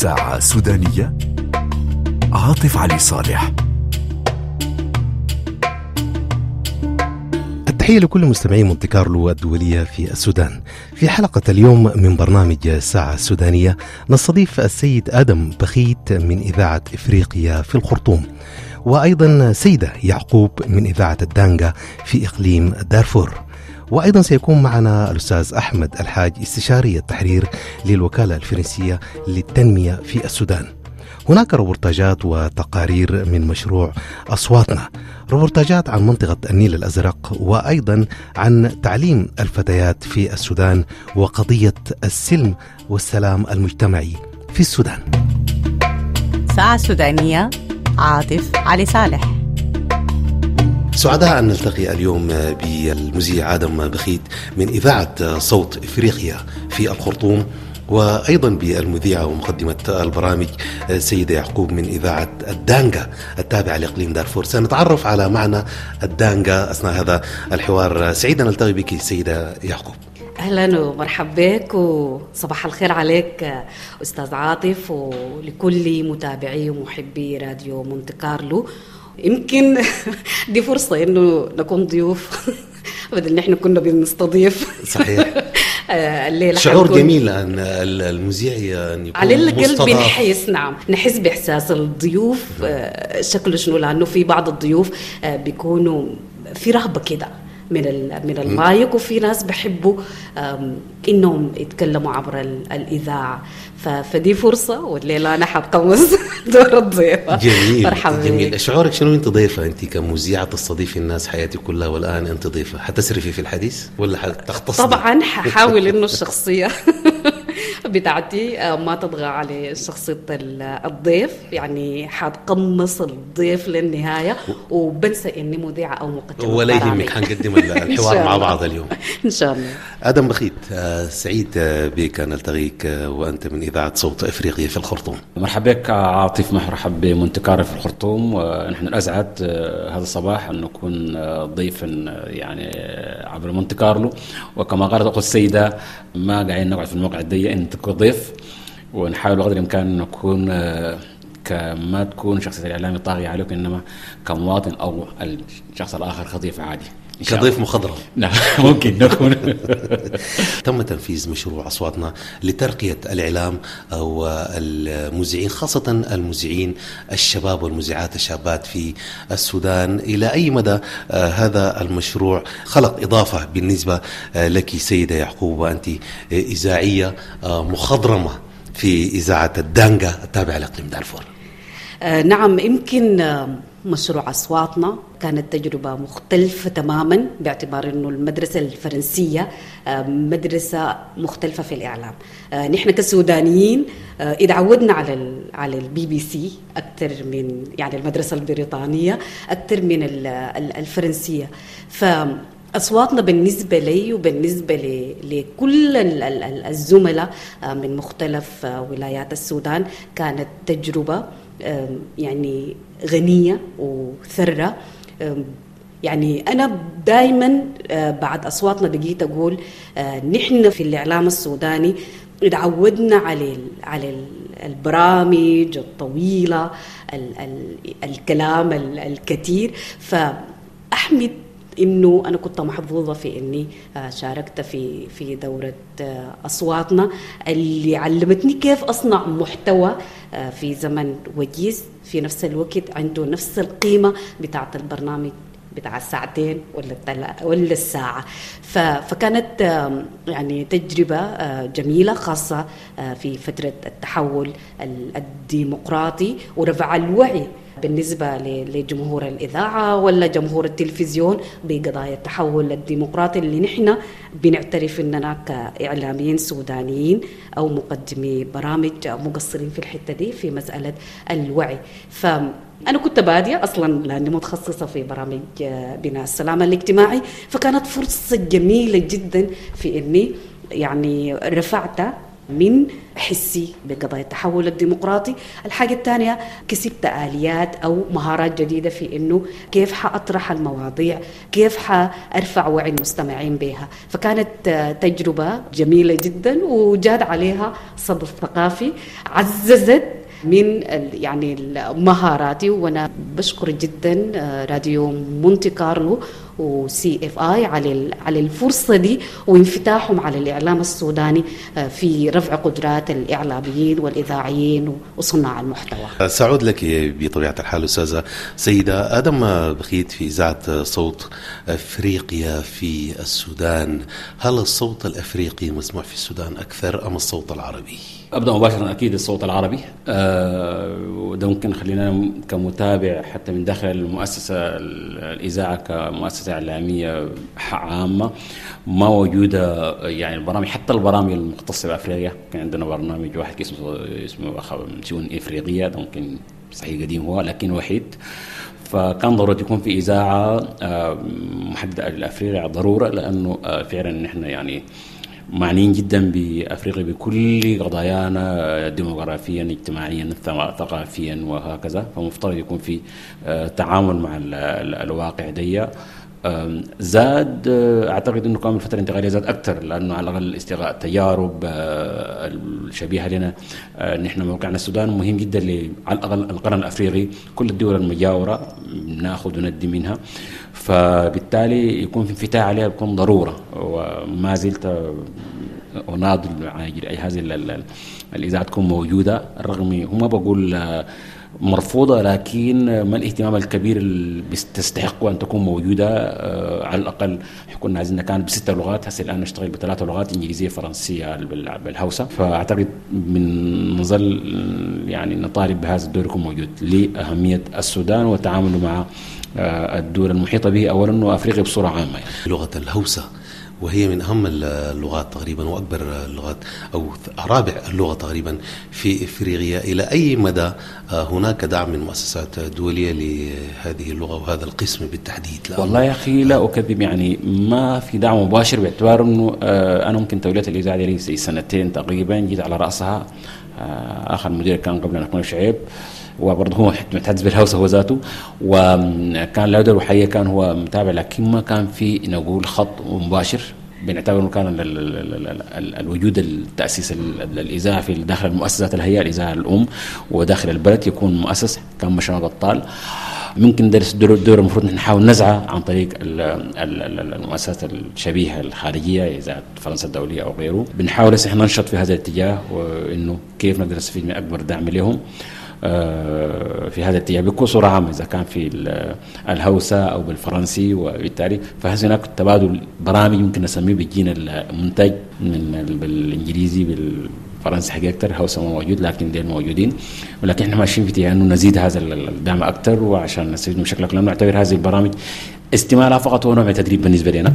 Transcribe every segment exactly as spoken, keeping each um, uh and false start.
ساعة سودانية. عاطف علي صالح. تحية لكل مستمعي مونتي كارلو الدولية في السودان. في حلقة اليوم من برنامج ساعة سودانية نستضيف السيد آدم بخيت من إذاعة إفريقيا في الخرطوم، وأيضا سيدة يعقوب من إذاعة الدانجا في إقليم دارفور، وأيضا سيكون معنا الأستاذ أحمد الحاج استشاري التحرير للوكالة الفرنسية للتنمية في السودان. هناك روبورتاجات وتقارير من مشروع أصواتنا، روبورتاجات عن منطقة النيل الأزرق، وأيضا عن تعليم الفتيات في السودان وقضية السلم والسلام المجتمعي في السودان. ساعة سودانية. عاطف علي صالح. سعداء أن نلتقي اليوم بالمذيع آدم بخيت من إذاعة صوت إفريقيا في الخرطوم، وأيضا بالمذيعة ومقدمة البرامج سيدة يعقوب من إذاعة الدانجا التابعة لإقليم دارفور. سنتعرف على معنى الدانجا أثناء هذا الحوار. سعيدة نلتقي بك سيدة يعقوب. أهلا ومرحب بك وصباح الخير عليك أستاذ عاطف ولكل متابعي ومحبي راديو مونتي كارلو. يمكن دي فرصة إنه نكون ضيوف بدل نحن كنا بنستضيف. صحيح. الليلة شعور جميل أن المذيع أن يكون على القلب نحس. نعم نحس بإحساس الضيوف. شكله شنو، لأنه في بعض الضيوف بيكونوا في رهبة كده من من المايك، وفي ناس بحبوا إنهم يتكلموا عبر الإذاعة، فدي فرصة والليلة أنا حتقمص دور الضيفة. جميل جميل. شعورك شنو أنت ضيفة؟ أنت كمذيعة تستضيفي الناس حياتي كلها، والآن أنت ضيفة، حتسرفي في الحديث ولا حتختص؟ طبعا ححاول إنه الشخصية بتاعتي ما تطغى على شخصية الضيف، يعني حتقمص الضيف للنهاية وبنسى إني مذيعة أو مقدمة. ولا يهمك، حنقدم الحوار مع بعض اليوم إن شاء الله. آدم بخيت، سعيد بك نلتقيك وأنت من إذاعة صوت إفريقيا في الخرطوم. مرحبا بك عاطف، مرحبا بمونتي كارلو في الخرطوم، ونحن الأسعد هذا الصباح أن نكون ضيفا يعني عبر مونتي كارلو. وكما قالت أخو السيدة، ما قاعدين نقعد في الموقع الضيق، أنت تكون ضيف، ونحاول بقدر الإمكان نكون كما تكون شخصية الإعلامي طاغية عليك، إنما كمواطن أو الشخص الآخر خضيف عادي كضيف مخضرم. نعم ممكن نكون. تم تنفيذ مشروع أصواتنا لترقية الإعلام أو المذيعين، خاصة المذيعين الشباب والمذيعات الشابات في السودان. إلى أي مدى هذا المشروع خلق إضافة بالنسبة لك سيدة يعقوب، وأنت إذاعية مخضرمة في إذاعة الدانجا التابعة لإقليم دارفور؟ آه نعم، يمكن مشروع أصواتنا كانت تجربة مختلفة تماماً، باعتبار أنه المدرسة الفرنسية مدرسة مختلفة في الإعلام. نحن كسودانيين اتعودنا على على البي بي سي أكثر من يعني المدرسة البريطانية أكثر من الفرنسية. فأصواتنا بالنسبة لي وبالنسبة لكل الزملاء من مختلف ولايات السودان كانت تجربة يعني غنية وثرة. يعني أنا دايما بعد أصواتنا بقيت أقول نحن في الإعلام السوداني اتعودنا على على البرامج الطويلة، الكلام الكثير. فأحمد إنه أنا كنت محظوظة في إني شاركت في في دورة أصواتنا اللي علمتني كيف أصنع محتوى في زمن وجيز، في نفس الوقت عنده نفس القيمة بتاعة البرنامج بتاع الساعتين ولا ولا الساعة. فكانت يعني تجربة جميلة، خاصة في فترة التحول الديمقراطي ورفع الوعي بالنسبة لجمهور الإذاعة ولا جمهور التلفزيون بقضايا التحول الديمقراطي اللي نحن بنعترف إننا كإعلاميين سودانيين أو مقدمي برامج مقصرين في الحتة دي في مسألة الوعي. فأنا كنت بادية أصلاً لأني متخصصة في برامج بناء السلامة الاجتماعي، فكانت فرصة جميلة جداً في إني يعني رفعت من حسي بقضايا التحول الديمقراطي. الحاجة الثانية كسبت آليات أو مهارات جديدة في إنه كيف حأطرح المواضيع، كيف حأرفع وعي المستمعين بها. فكانت تجربة جميلة جدا وجاد عليها صدى ثقافي عززت من يعني مهاراتي. وانا بشكر جدا راديو مونتي كارلو وسي اف اي على على الفرصه دي وانفتاحهم على الاعلام السوداني في رفع قدرات الاعلاميين والاذاعيين وصناع المحتوى. سأعود لك بطبيعه الحال استاذه سيده ادم بخيت في اذاعه صوت افريقيا في السودان. هل الصوت الافريقي مسموع في السودان اكثر ام الصوت العربي؟ أبدأ مباشرة أكيد الصوت العربي، أه وده ممكن خلينا كمتابع حتى من داخل المؤسسة الإذاعة كمؤسسة إعلامية عامة ما وجودة يعني البرامج، حتى البرامج المختصة بأفريقيا. كان عندنا برنامج واحد اسمه اسمه شؤون إفريقية، ده ممكن صحيح قديم هو لكن وحيد. فكان ضروري يكون في إذاعة محددة للأفريقيا ضرورة، لأنه فعلا نحن يعني معنيين جدا بأفريقيا بكل قضايانا ديموغرافيا اجتماعيا ثقافيا وهكذا. فمفترض يكون في تعامل مع الواقع دي. زاد اعتقد انه كان الفتره الانتقاليه زاد اكثر، لانه على الاقل استغاء التجارب الشبيهه لنا. نحن موقعنا السودان مهم جدا على الاقل القرن الافريقي، كل الدول المجاوره ناخذ وندي منها، فبالتالي يكون في انفتاح عليها بيكون ضروره. وما زلت اناضل اي هذه الاذاعه تكون موجوده، رغم هم بقول مرفوضة، لكن ما الاهتمام الكبير اللي تستحق أن تكون موجودة. آه على الأقل كنا عايزين كانت بست لغات، هسه الآن نشتغل بثلاث لغات، إنجليزية فرنسية بالهوسة. فأعتقد من نظل يعني نطالب بهذا الدور يكون موجود لأهمية السودان وتعامله مع آه الدول المحيطة به أولا وأفريقيا بصورة عامة. يعني. لغة الهوسة وهي من أهم اللغات تقريبا وأكبر اللغات أو رابع اللغة تقريبا في إفريقيا. إلى أي مدى هناك دعم من مؤسسات دولية لهذه اللغة وهذا القسم بالتحديد؟ والله يا أخي لا أكذب، يعني ما في دعم مباشر، باعتبار أنه أنا ممكن توليت الإذاعة لي زي سنتين تقريبا، جيت على رأسها آخر مدير كان قبل أن أكون شعيب، وبرضه هو متحدث بالهوسة هو ذاته، وكان له دور وحقيقة كان هو متابع، لكن ما كان في نقول خط مباشر. بنعتبر انه كان ال ال ال الوجود التاسيس الاذاعه في داخل المؤسسات الهيئه الاذاعه الام وداخل البلد يكون مؤسس كان مشروع بطال. ممكن درس دور, دور المفروض نحاول نزعه عن طريق ال ال المؤسسات الشبيهه الخارجيه اذاعه فرنسا الدوليه او غيره. بنحاول احنا ننشط في هذا الاتجاه، وانه كيف نقدر نستفيد من اكبر دعم لهم في هذا الاتجاه بكل صورة عامة، إذا كان في الهوسة أو بالفرنسي. وبالتالي فهذا هناك تبادل برامج ممكن نسميه بيجينا المنتج من بالإنجليزي بالفرنسي حاجة أكتر، هوسة ما موجود لكن دين موجودين، ولكن إحنا ماشيين في اتجاه إنه نزيد هذا الدعم أكتر وعشان نستفيد بشكل أكبر، نعتبر هذه البرامج استمالها فقط هو نوع من تدريب بالنسبة لنا.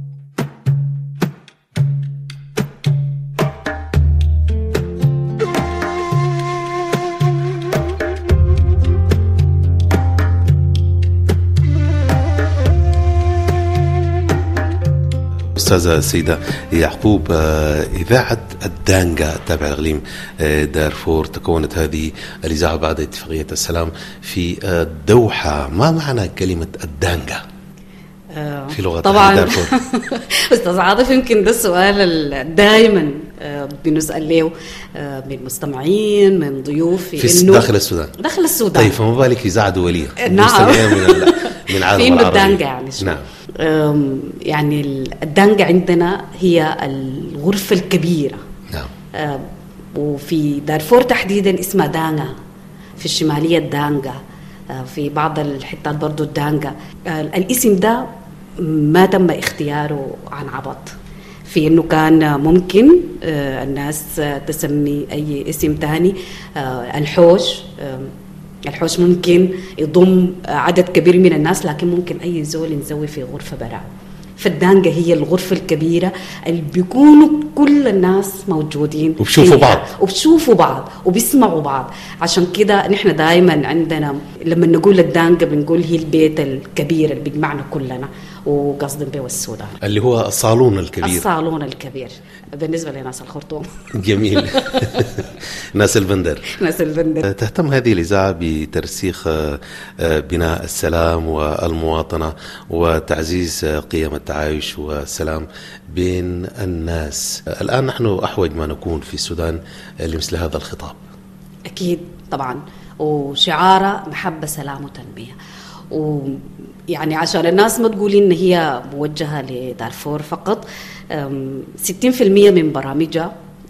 أستاذة سيدة يعقوب، إذاعة الدانجا التابعة لإقليم دارفور تكونت هذه الإذاعة بعد اتفاقية السلام في الدوحة. ما معنى كلمة الدانجا في لغة طبعا دارفور؟ أستاذ عاطف، يمكن ده السؤال دائما بنسأل له من مستمعين من ضيوف في إنه داخل السودان. داخل السودان طيب فما بالك إذاعة دولية نعم من من عالم العربي. الدانجا يعني نعم يعني الدانجا عندنا هي الغرفة الكبيرة. نعم. وفي دارفور تحديدا اسمها دانجا، في الشمالية الدانجا، في بعض الحتات برضو الدانجا. الاسم ده ما تم اختياره عن عبط، في انه كان ممكن الناس تسمي اي اسم تاني. الحوش الحوش ممكن يضم عدد كبير من الناس، لكن ممكن أي زول نسوي في غرفة برا. فالدانجا هي الغرفة الكبيرة اللي بيكونوا كل الناس موجودين وبشوفوا بعض وبشوفوا بعض وبيسمعوا بعض. عشان كده نحن دائما عندنا لما نقول الدانجا بنقول هي البيت الكبير اللي بيجمعنا كلنا، وقصدنبي والسودان، اللي هو الصالون الكبير. الصالون الكبير بالنسبة لناس الخرطوم. جميل. ناس البندر. ناس البندر. تهتم هذه الإذاعة بترسيخ بناء السلام والمواطنة وتعزيز قيم التعايش والسلام بين الناس. الآن نحن أحوج ما نكون في السودان لمثل هذا الخطاب. أكيد طبعا، وشعاره محبة سلام وتنمية. ويعني عشان الناس ما تقول إن هي موجهة لدارفور فقط، ستين بالمئة من برامجها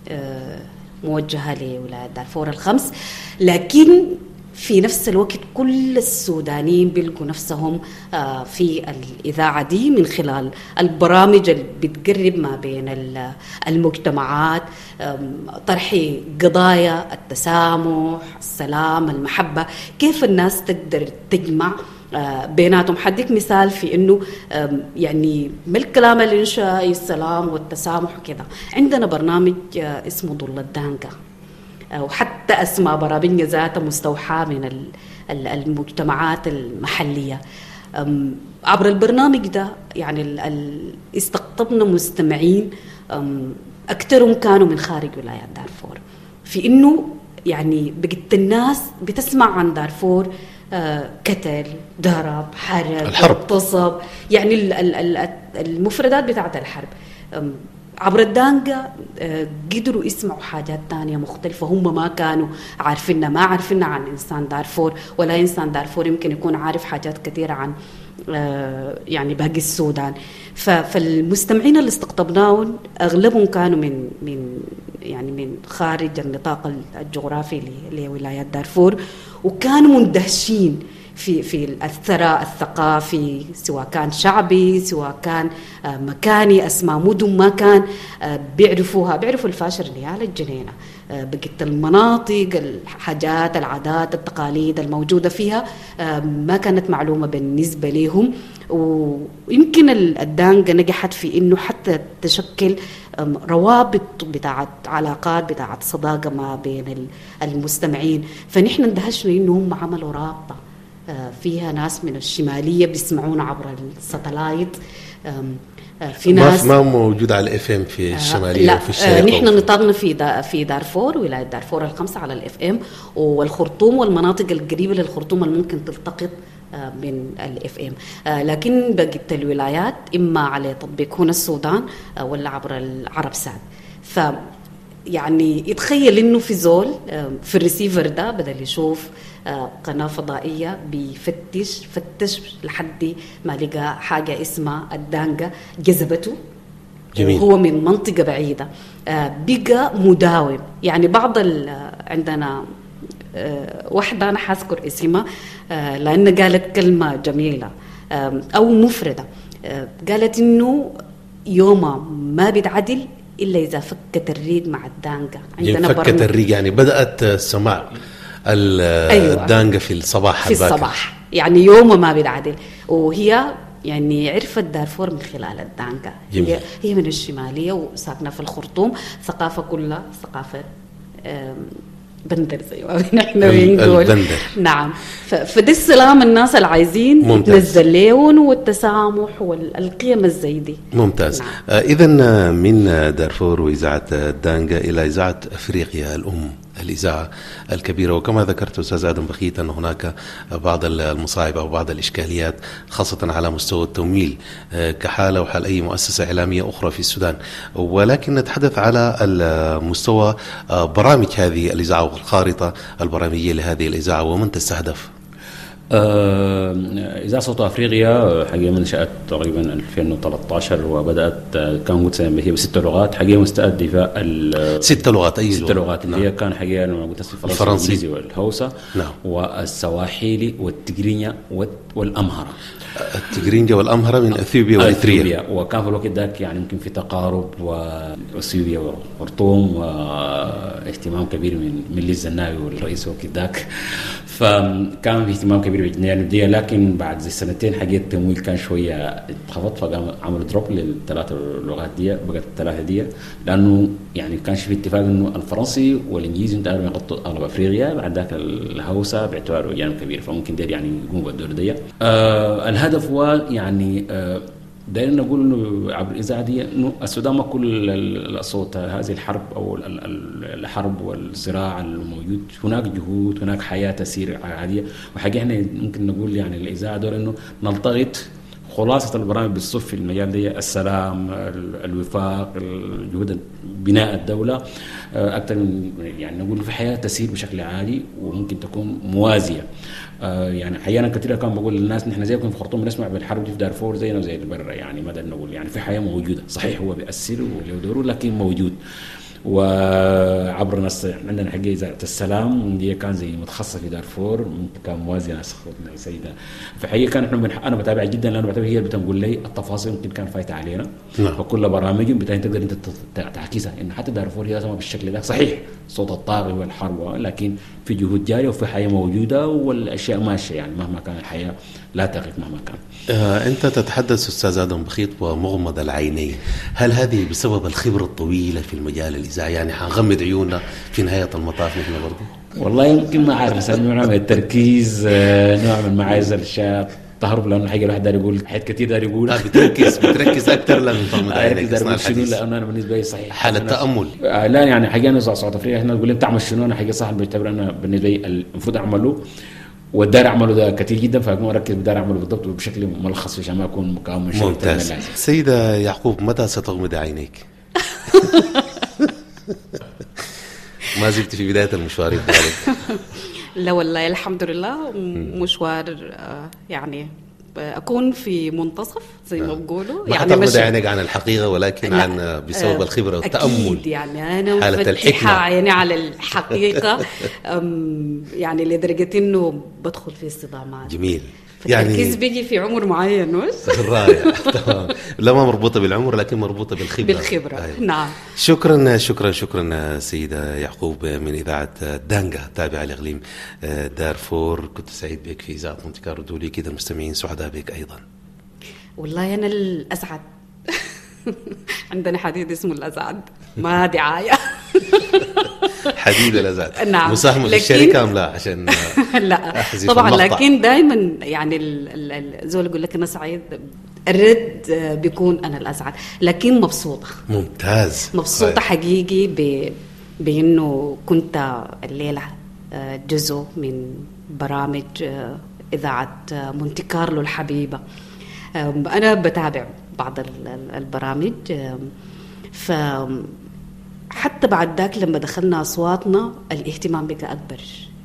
موجهة لولاية دارفور الخمس، لكن في نفس الوقت كل السودانيين بيلقوا نفسهم في الإذاعة دي من خلال البرامج اللي بتقرب ما بين المجتمعات، طرح قضايا التسامح، السلام، المحبة، كيف الناس تقدر تجمع بيناتهم. حديك مثال في انه يعني ما الكلام الانشائي، السلام والتسامح وكذا. عندنا برنامج اسمه ضل الدانقة، وحتى اسماء برامجنا ذاتها مستوحاة من المجتمعات المحلية. عبر البرنامج ده يعني استقطبنا مستمعين اكثرهم كانوا من خارج ولاية دارفور، في انه يعني بقت الناس بتسمع عن دارفور آه، قتل، ضرب، حرب، الحرب، اغتصاب، يعني المفردات بتاعت الحرب. عبر الدانقة آه، قدروا يسمعوا حاجات تانية مختلفة هم ما كانوا عارفينها، ما عارفينها عن إنسان دارفور، ولا إنسان دارفور يمكن يكون عارف حاجات كثيرة عن آه، يعني باقي السودان. فالمستمعين اللي استقطبناهم أغلبهم كانوا من من يعني من خارج النطاق الجغرافي لولايات دارفور، وكانوا مندهشين في في الثراء الثقافي، سواء كان شعبي سواء كان مكاني، اسماء مدن ما كان بيعرفوها، بيعرفوا الفاشر نيال الجنينه، بقت المناطق، الحاجات، العادات، التقاليد الموجوده فيها ما كانت معلومه بالنسبه لهم. ويمكن الدانقة نجحت في انه حتى تشكل روابط بتاعت علاقات بتاعت صداقه ما بين المستمعين. فنحن اندهشنا انه هم عملوا رابطه فيها ناس من الشماليه بيسمعونا عبر الساتلايت، في ناس ما موجود على الاف ام في الشماليه لا وفي الشرق. نحن نطرنا في دا في دارفور، ولايه دارفور الخمسه على الاف ام، والخرطوم والمناطق القريبه للخرطوم اللي ممكن تلتقط من الاف ام، لكن بقيت الولايات اما على تطبيق هنا السودان ولا عبر العرب سات. ف يعني يتخيل انه في زول في الريسيفر ده بدل يشوف قناه فضائيه بيفتش فتش لحد ما لقى حاجه اسمها الدانقة جذبته. جميل. وهو من منطقه بعيده بقى مداوم. يعني بعض عندنا واحدة أنا حاذكر اسمها لأن قالت كلمة جميلة أو مفردة، قالت إنه يوم ما بيتعدل إلا إذا فكت الريق مع الدانقة. عندنا فكت الريق يعني بدأت سماع الدانقة أيوة. في الصباح في الباكر. الصباح يعني يوم ما بيتعدل، وهي يعني عرفت دارفور من خلال الدانقة. هي, هي من الشمالية وساكنة في الخرطوم، ثقافة كلها ثقافة بندر زي ما نحن بنقول. نعم. فده السلام الناس اللي عايزين تنزل لهم، والتسامح والقيم الزيدي. ممتاز. نعم. آه إذن من دارفور وإذاعة الدانقة إلى إذاعة أفريقيا الأم، الإذاعة الكبيرة، وكما ذكرت أستاذ آدم بخيت أن هناك بعض المصاعب أو بعض الإشكاليات خاصة على مستوى التمويل كحالة وحال أي مؤسسة إعلامية أخرى في السودان، ولكن نتحدث على المستوى برامج هذه الإذاعة والخارطة البرامجية لهذه الإذاعة ومن تستهدف. إذاعة صوت أفريقيا حقيقة نشأت تقريبا ألفين وثلاثة عشر، وبدأت كان قلت هي بست لغات حقيقة مستهدفة. ست لغات أي ست لغات اللي هي كان حقيقة أنا قلت الفرنسي والهوسة. نعم. والسواحيلي والتجرينيا والأمهرة. التجرينيا والأمهرة من أثيوبيا وإريتريا، وكان في الوقت ذاك يعني يمكن في تقارب وأثيوبيا والخرطوم واهتمام كبير من ملي الزناوي والرئيس وقت ذاك، فكان في اهتمام كبير بالجانب دي. لكن بعد زي سنتين حقيقة التمويل كان شوية اتخفض، فقام عملوا دروب للثلاث اللغات دي، بقت الثلاثة دي، لأنه يعني كانش في اتفاق إنه الفرنسي والإنجليزي انتقلوا يغطوا أغلب أفريقيا، بعد ذاك الهوسة باعتباره جانب كبير، فممكن دير يعني يقوموا بالدور دي. آه الهدف هو يعني آه دايما نقول انه عبر الاذاعه دي انه السودان ما كل الصوت هذه الحرب او الحرب والصراع الموجود، هناك جهود، هناك حياه تسير عاديه. وحقيقه احنا ممكن نقول يعني الاذاعه دور انه نلتقط خلاصه البرامج بالصف في المجال دي، السلام، الوفاق، الجهود بناء الدوله، اكثر من يعني نقول في حياه تسير بشكل عادي وممكن تكون موازيه. يعني احيانا كثيره كان بقول للناس نحن زيكم في خرطوم بنسمع بالحرب دي في دارفور زينا وزي برا، يعني ما نقول يعني في حياه موجوده، صحيح هو بيأثر وله دوره لكن موجود. وعبر نص عندنا حقيقة إذاعة السلام دي كان زي متخصصة في دارفور، ممكن كان موازنة أختنا سيدة. فحقيقة كان إحنا أنا بتابع جدا لأنه بعتبر هي اللي بتقول لي التفاصيل ممكن كان فايتة علينا. نعم. وكل برامجهم بتاعي تقدر أنت تعكسها إن حتى دارفور هي ما بالشكل ده، صحيح صوت الطاغي والحرب، لكن في جهود جارية وفي حياة موجودة والأشياء ماشية، يعني مهما كان الحياة لا تغيب مهما كان. آه أنت تتحدث أستاذ آدم بخيت ومغمض العينين، هل هذه بسبب الخبرة الطويلة في المجال الإذاعي؟ يعني حنغمض عيوننا في نهاية المطاف نحن برضه؟ والله يمكن ما أعرف، نوع من التركيز، نوع من معايزة الشاب تهرب، لأنه حاجة الواحد دار يقول حاجات كتير دار يقول آه بتركز بتركز أكتر لما تغمض عينك أثناء الحديث، لأنه أنا بالنسبة لي صحيح حالة تأمل. آه لا يعني حاجة أنا صوت أفريقيا إحنا نقول بتعمل شنو، أنا حاجة صح بعتبر أنا بالنسبة لي المفروض أعمله والدار أعمله ده كتير جدا، فأكون أركز بدار أعمله بالضبط وبشكل ملخص عشان ما أكون مكون من شيء. ممتاز. سيدة يعقوب متى ستغمض عينيك؟ ما زلت في بداية المشوار الداري؟ لا والله الحمد لله مشوار يعني أكون في منتصف زي ما بقولوا، يعني ما تغمض عينك عن الحقيقة ولكن عن بسبب الخبرة والتأمل. أكيد يعني أنا مفتحة عيني على الحقيقة يعني لدرجة إنه بدخل في الصدامات. جميل. يعني التركيز بيجي في عمر معين مش؟ رائع. تمام. لا ما مربوطة بالعمر لكن مربوطة بالخبرة. بالخبرة. أيوة. نعم. شكرا شكرا شكرا سيدة يعقوب من إذاعة دانجا تابعة لإقليم دارفور. كنت سعيد بك في إذاعة مونتي كارلو الدولية، كده المستمعين سعداء بك أيضا. والله أنا الأسعد. عندنا حديد اسمه الأسعد، ما دعاية. حديد الأزعد. نعم. مساهمة في الشركة أم لا عشان لا طبعا المقطع. لكن دائما يعني الزول يقول لك أنا سعيد، الرد بيكون أنا الأسعد، لكن مبسوطة. ممتاز. مبسوطة طيب. حقيقي ب... بأنه كنت الليلة جزء من برامج إذاعة مونتي كارلو الحبيبة. أنا بتابع بعض البرامج، ف حتى بعد ذاك لما دخلنا أصواتنا الاهتمام بك أكبر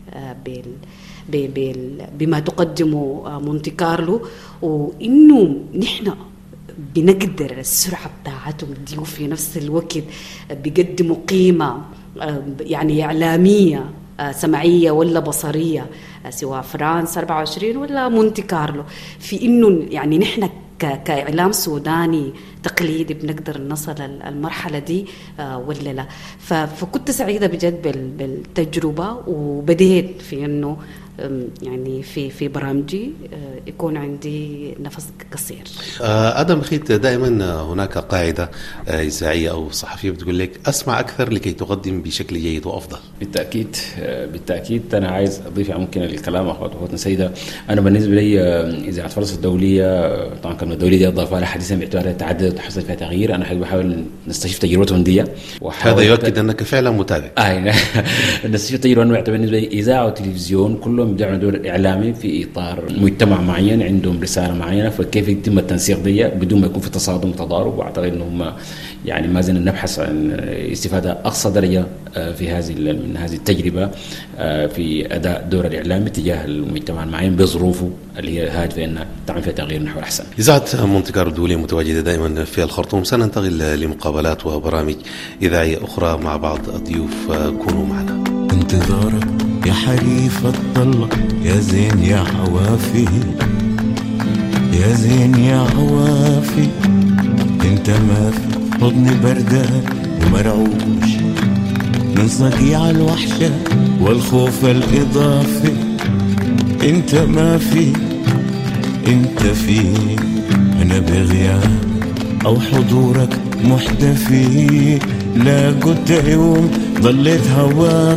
بما تقدمه مونتي كارلو، وإنه نحن بنقدر السرعة بتاعتهم دي وفي نفس الوقت بيقدموا قيمة يعني إعلامية سمعية ولا بصرية، سواء فرانس أربعة وعشرين ولا مونتي كارلو، في إنه يعني نحن كإعلام سوداني تقليدي بنقدر نصل المرحلة دي ولا لا. فكنت سعيدة بجد بالتجربة، وبديت في إنه يعني في في برامجي يكون عندي نفس قصير. آدم بخيت، دائما هناك قاعدة إذاعية أو صحفية بتقول لك أسمع أكثر لكي تقدم بشكل جيد وأفضل. بالتأكيد بالتأكيد أنا عايز أضيف ممكن الكلام أخواتنا سيدة. أنا بالنسبة لي إذاعة فرنسا الدولية طبعا كانت الدولية دي أضافها على حديثا باعتبارها تعدد وحصل فيها تغيير. أنا بحاول نستشف تجربتهم دي، هذا يؤكد أنك فعلا متابع. آه نستشف تجربة بالنسبة لي إذاعة وتلفزيون كلهم بيدعوا دور إعلامي في إطار مجتمع معين عندهم رسالة معينة، فكيف يتم التنسيق دي بدون ما يكون في تصادم وتضارب. وأعتقد إنهم يعني ما زلنا نبحث عن استفادة أقصى درجة في هذه من هذه التجربة في أداء دور الإعلامي تجاه المجتمع المعين بظروفه اللي هي هادفة أنها تعمل فيها تغيير نحو الأحسن. إذاعة مونتي كارلو الدولية متواجدة دائما في الخرطوم. سننتقل لمقابلات وبرامج إذاعية أخرى مع بعض الضيوف، كونوا معنا. انتظارك يا حريف الطلة، يا زين يا عوافي، يا زين يا عوافي، انت ما في حضني بردان ومرعوش من صقيع الوحشة والخوف الإضافي. انت ما في انت في انا بغياب او حضورك محتفي. لا قلت يوم ضليت هواك،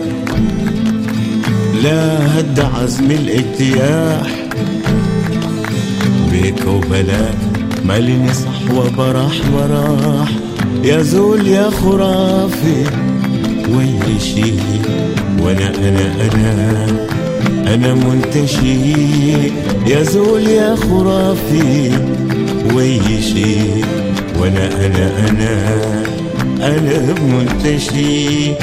لا هد عزم الاجتياح بيك وبلاك مالني صحوة براح براح يا زول يا خرافي ويشي وانا انا انا انا منتشي يا زول يا خرافي ويشي وانا انا انا انا منتشي.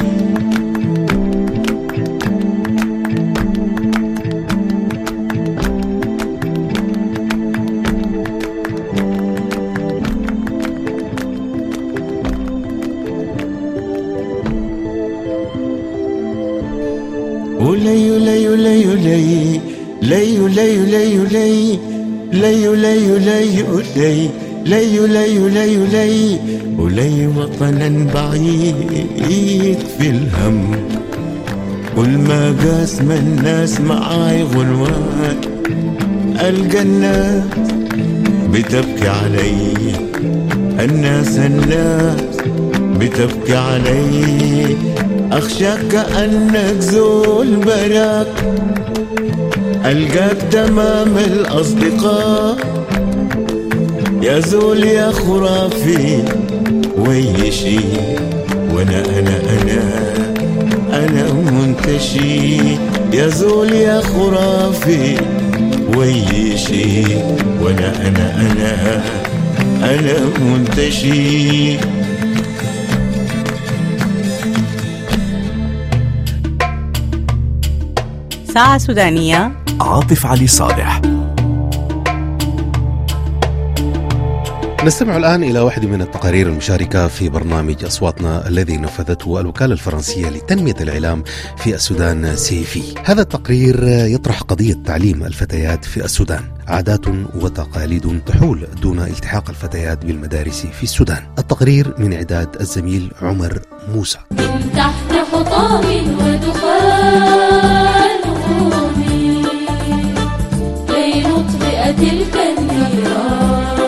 ولي لي لي لي لي لي لي لي لي لي لي لي لي لي لي لي ولي وطنا بعيد في الهم كل ما قاسم الناس معاي غنوات ألقى الناس بتبكي علي الناس الناس بتبكي علي أخشاك كأنك زول براك ألقاك تمام الأصدقاء يا زول يا خرافي ويشي وانا انا انا انا منتشي يا زول يا خرافي ويشي وانا انا انا انا منتشي. ساعة سودانية عاطف علي صالح. نستمع الآن إلى واحدة من التقارير المشاركة في برنامج أصواتنا الذي نفذته الوكالة الفرنسية لتنمية الإعلام في السودان سيفي. هذا التقرير يطرح قضية تعليم الفتيات في السودان، عادات وتقاليد تحول دون التحاق الفتيات بالمدارس في السودان. التقرير من إعداد الزميل عمر موسى. من تحت حطام ودخان قومي كي نطفئ تلك النيران.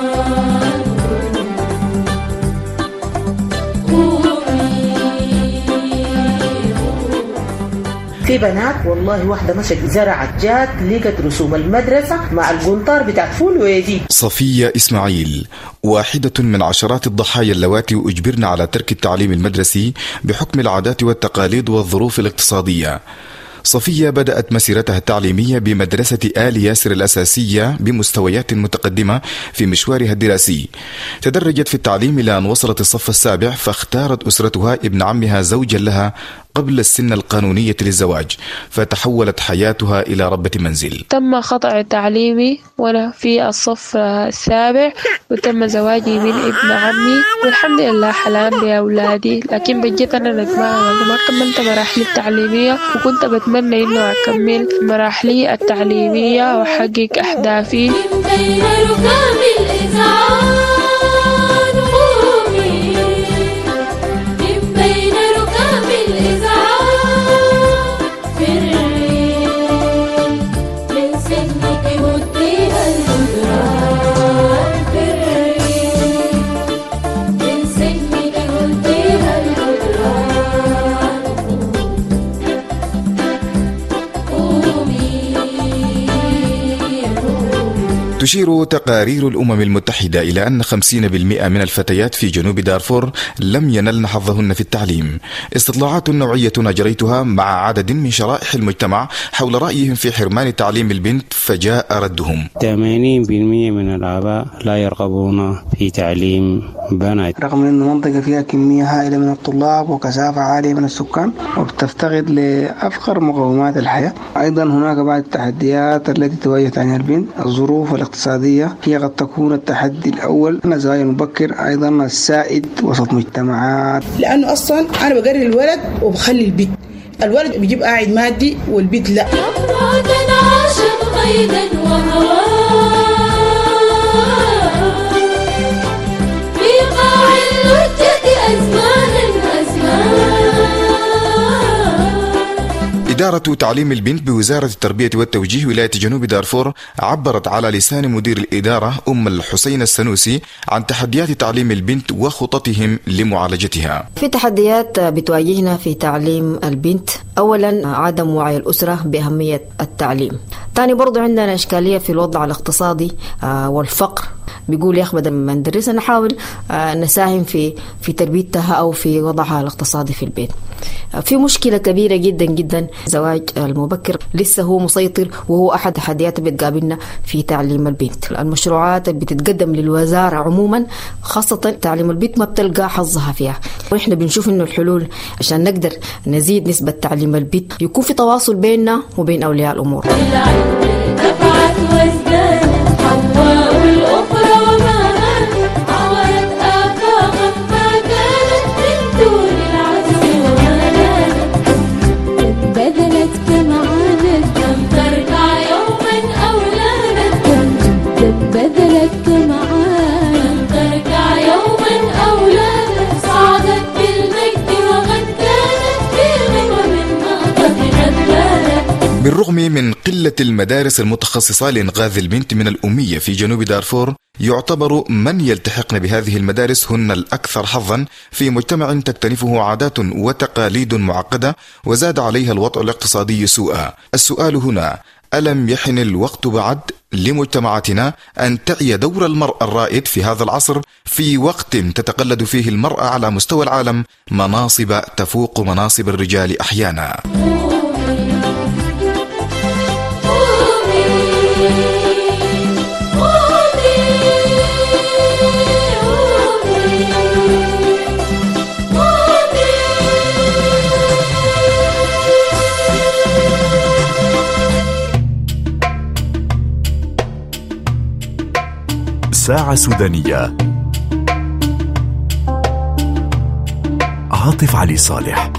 في بنات والله واحدة مشت زرعت جات لقت رسوم المدرسة مع القنطار بتاع فول ويزيد. صفية إسماعيل واحدة من عشرات الضحايا اللواتي أجبرن على ترك التعليم المدرسي بحكم العادات والتقاليد والظروف الاقتصادية. صفية بدأت مسيرتها التعليمية بمدرسة آل ياسر الأساسية بمستويات متقدمة في مشوارها الدراسي. تدرجت في التعليم إلى أن وصلت الصف السابع، فاختارت أسرتها ابن عمها زوجا لها قبل السن القانونية للزواج، فتحولت حياتها إلى ربة منزل. تم قطع تعليمي وأنا في الصف السابع، وتم زواجي من ابن عمي، والحمد لله حلام بأولادي. لكن بجيت أنا ندمان ما كملت مراحلي التعليمية، وكنت بتمنى إنه أكمل مراحلي التعليمية وأحقق أهدافي. من بين ركام الإذعان قومي، من بين ركام الإذعان فري، من سنك هديها الجدران فري، من سنك هديها الجدران قومي. تشير تقارير الأمم المتحدة إلى أن خمسين بالمئة من الفتيات في جنوب دارفور لم ينلن حظهن في التعليم. استطلاعات نوعية أجريتها مع عدد من شرائح المجتمع حول رأيهم في حرمان تعليم البنت، فجاء ردهم. ثمانين بالمئة من الآباء لا يرغبون في تعليم بنات، رغم أن المنطقة فيها كمية هائلة من الطلاب وكثافة عالية من السكان، وبتفتقد لأفقر مقومات الحياة. أيضا هناك بعض التحديات التي تواجه عنها البنت. الظروف الاقتصادية هي قد تكون التحدي الأول. الزواج المبكر أيضا السائد وسط مجتمعات، لأنه أصلا أنا بقرر الولد وبخلي البيت، الولد بيجيب قاعد مادي والبيت لا. قيدا وهوى في قاع اللجة أزمان أزمان. إدارة تعليم البنت بوزارة التربية والتوجيه ولاية جنوب دارفور عبرت على لسان مدير الإدارة أم الحسين السنوسي عن تحديات تعليم البنت وخططهم لمعالجتها. في تحديات بتواجهنا في تعليم البنت. أولا عدم وعي الأسرة بأهمية التعليم. ثاني برضو عندنا إشكالية في الوضع الاقتصادي والفقر. بيقول يا أخي بدل ما ندرس نحاول نساهم في في تربيتها أو في وضعها الاقتصادي في البيت. في مشكلة كبيرة جدا جدا، الزواج المبكر لسه هو مسيطر وهو أحد التحديات اللي بتقابلنا في تعليم البنت. المشروعات اللي بتتقدم للوزارة عموما خاصة تعليم البنت ما بتلقى حظها فيها، وإحنا بنشوف إنه الحلول عشان نقدر نزيد نسبة تعليم البنت يكون في تواصل بيننا وبين أولياء الأمور. بالرغم من قلة المدارس المتخصصة لإنقاذ البنت من الأمية في جنوب دارفور، يعتبر من يلتحقن بهذه المدارس هن الأكثر حظا في مجتمع تكتنفه عادات وتقاليد معقدة وزاد عليها الوضع الاقتصادي سوءا. السؤال هنا: ألم يحن الوقت بعد لمجتمعاتنا أن تعي دور المرأة الرائد في هذا العصر في وقت تتقلد فيه المرأة على مستوى العالم مناصب تفوق مناصب الرجال أحيانا؟ ساعة سودانية. عاطف علي صالح.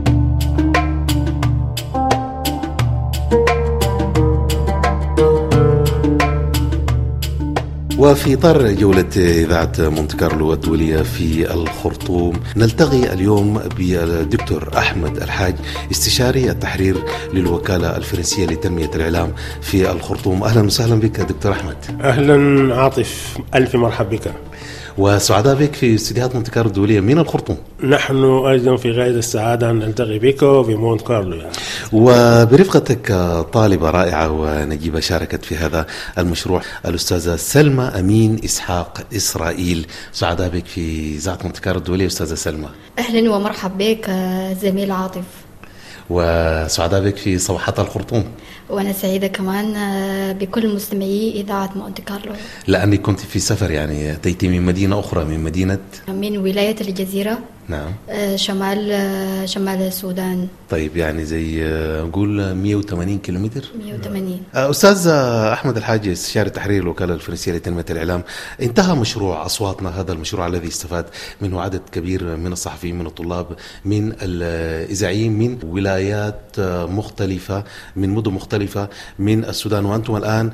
وفي إطار جولة إذاعة مونت كارلو الدولية في الخرطوم نلتقي اليوم بالدكتور أحمد الحاج، استشاري التحرير للوكالة الفرنسية لتنمية الإعلام في الخرطوم. أهلا وسهلا بك دكتور أحمد. أهلا عاطف، ألف مرحب بك. وسعداء بك في استديوهات مونت كارلو الدولية من الخرطوم. نحن أيضا في غاية السعادة أن نلتقي بك في مونت كارلو يعني. وبرفقتك طالبة رائعة ونجيبة شاركت في هذا المشروع، الأستاذة سلمى أمين إسحاق إسرائيل. سعداء بك في إذاعة مونت كارلو الدولية أستاذة سلمى. أهلا ومرحب بك زميل عاطف. وسعداء بك في صباحات الخرطوم. وأنا سعيدة كمان بكل مستمعي إذاعة مونت كارلو، لأني كنت في سفر، يعني أتيت من مدينة أخرى، من مدينة من ولاية الجزيرة. نعم. شمال شمال السودان. طيب يعني زي نقول مئة وثمانين كيلومتر. مئة وثمانين. أستاذ أحمد الحاج، استشاري تحرير الوكالة الفرنسية لتنمية الإعلام، انتهى مشروع أصواتنا، هذا المشروع الذي استفاد منه عدد كبير من الصحفيين، من الطلاب، من الإذاعيين، من ولايات مختلفة، من مدن مختلفة من السودان، وأنتم الآن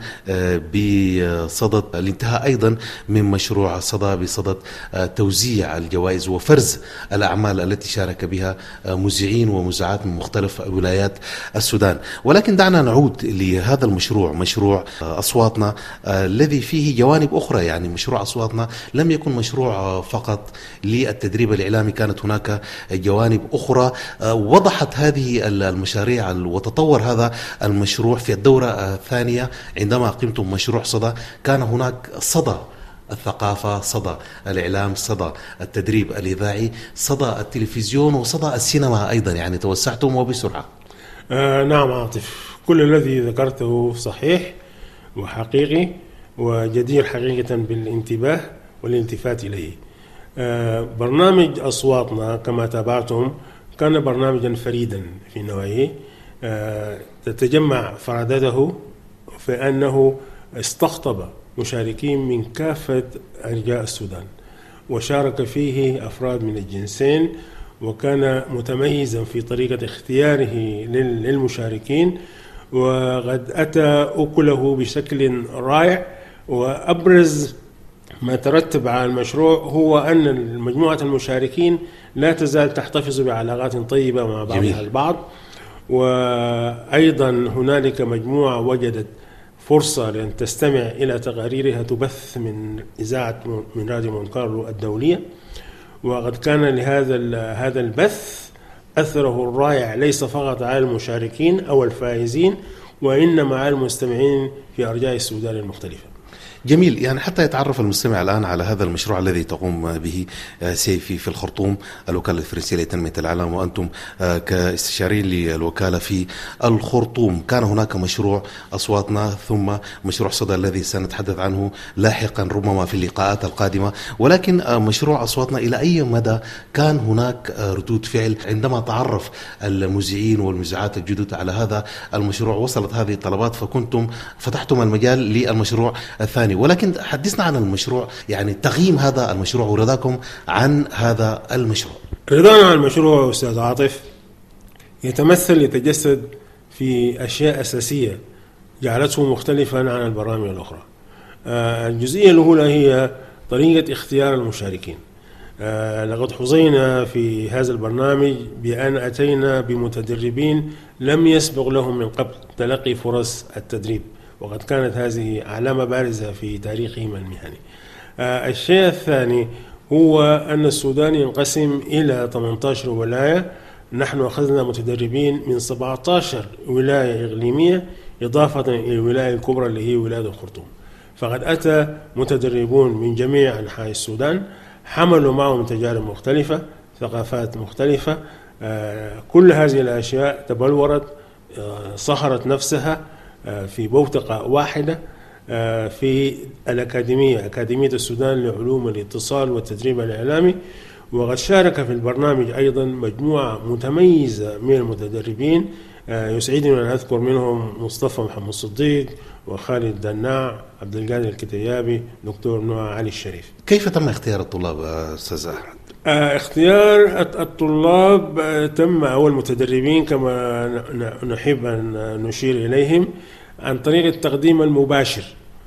بصدد الانتهاء أيضا من مشروع صدى بصدد توزيع الجوائز وفرز الأعمال التي شارك بها مذيعين ومذيعات من مختلف ولايات السودان. ولكن دعنا نعود لهذا المشروع، مشروع أصواتنا الذي فيه جوانب أخرى. يعني مشروع أصواتنا لم يكن مشروع فقط للتدريب الإعلامي، كانت هناك جوانب أخرى وضحت هذه المشاريع وتطور هذا المشروع. في الدورة الثانية عندما قمتم مشروع صدى كان هناك صدى الثقافة، صدى الإعلام، صدى التدريب الإذاعي، صدى التلفزيون، وصدى السينما أيضا، يعني توسعتم وبسرعة. آه نعم عاطف، كل الذي ذكرته صحيح وحقيقي وجدير حقيقة بالانتباه والالتفات إليه. آه برنامج أصواتنا كما تابعتم كان برنامجا فريدا في نوعه، آه تتجمع فرادته في أنه استقطب مشاركين من كافة أرجاء السودان، وشارك فيه أفراد من الجنسين، وكان متميزا في طريقة اختياره للمشاركين، وقد أتى أكله بشكل رائع. وأبرز ما ترتب على المشروع هو أن مجموعة المشاركين لا تزال تحتفظ بعلاقات طيبة مع بعضها البعض، وأيضا هنالك مجموعة وجدت فرصة لأن تستمع إلى تقاريرها تبث من إذاعة من راديو مونت كارلو الدولية، وقد كان لهذا هذا البث أثره الرائع ليس فقط على المشاركين أو الفائزين وإنما على المستمعين في أرجاء السودان المختلفة. جميل. يعني حتى يتعرف المستمع الآن على هذا المشروع الذي تقوم به سيفي في الخرطوم، الوكالة الفرنسية لتنمية الإعلام، وأنتم كاستشاريين للوكالة في الخرطوم. كان هناك مشروع أصواتنا ثم مشروع صدى الذي سنتحدث عنه لاحقا ربما في اللقاءات القادمة، ولكن مشروع أصواتنا إلى أي مدى كان هناك ردود فعل عندما تعرف المذيعين والمذيعات الجدد على هذا المشروع؟ وصلت هذه الطلبات فكنتم فتحتم المجال للمشروع الثاني، ولكن حدثنا عن المشروع، يعني تقييم هذا المشروع ورضاكم عن هذا المشروع. رضانا عن المشروع أستاذ عاطف يتمثل يتجسد في أشياء أساسية جعلته مختلفا عن البرامج الأخرى. الجزئية الأولى هي طريقة اختيار المشاركين. لقد حظينا في هذا البرنامج بأن أتينا بمتدربين لم يسبق لهم من قبل تلقي فرص التدريب، وقد كانت هذه علامة بارزة في تاريخهم المهني. الشيء الثاني هو أن السودان ينقسم إلى ثمانية عشر ولاية. نحن أخذنا متدربين من سبعة عشر ولاية إقليمية إضافة إلى الولاية الكبرى اللي هي ولاية الخرطوم. فقد أتى متدربون من جميع أنحاء السودان حملوا معهم تجارب مختلفة، ثقافات مختلفة. كل هذه الأشياء تبلورت صهرت نفسها في بوتقة واحدة في الأكاديمية أكاديمية السودان لعلوم الاتصال والتدريب الإعلامي. وقد شارك في البرنامج أيضا مجموعة متميزة من المتدربين، يسعدني أن أذكر منهم مصطفى محمد صديق وخالد دناع، عبد القادر الكتيابي، دكتور نوع علي الشريف. كيف تم اختيار الطلاب أستاذ أحمد؟ اختيار الطلاب تم أول متدربين كما نحب أن نشير إليهم عن طريق التقديم المباشر،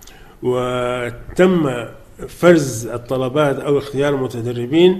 وتم فرز الطلبات أو اختيار المتدربين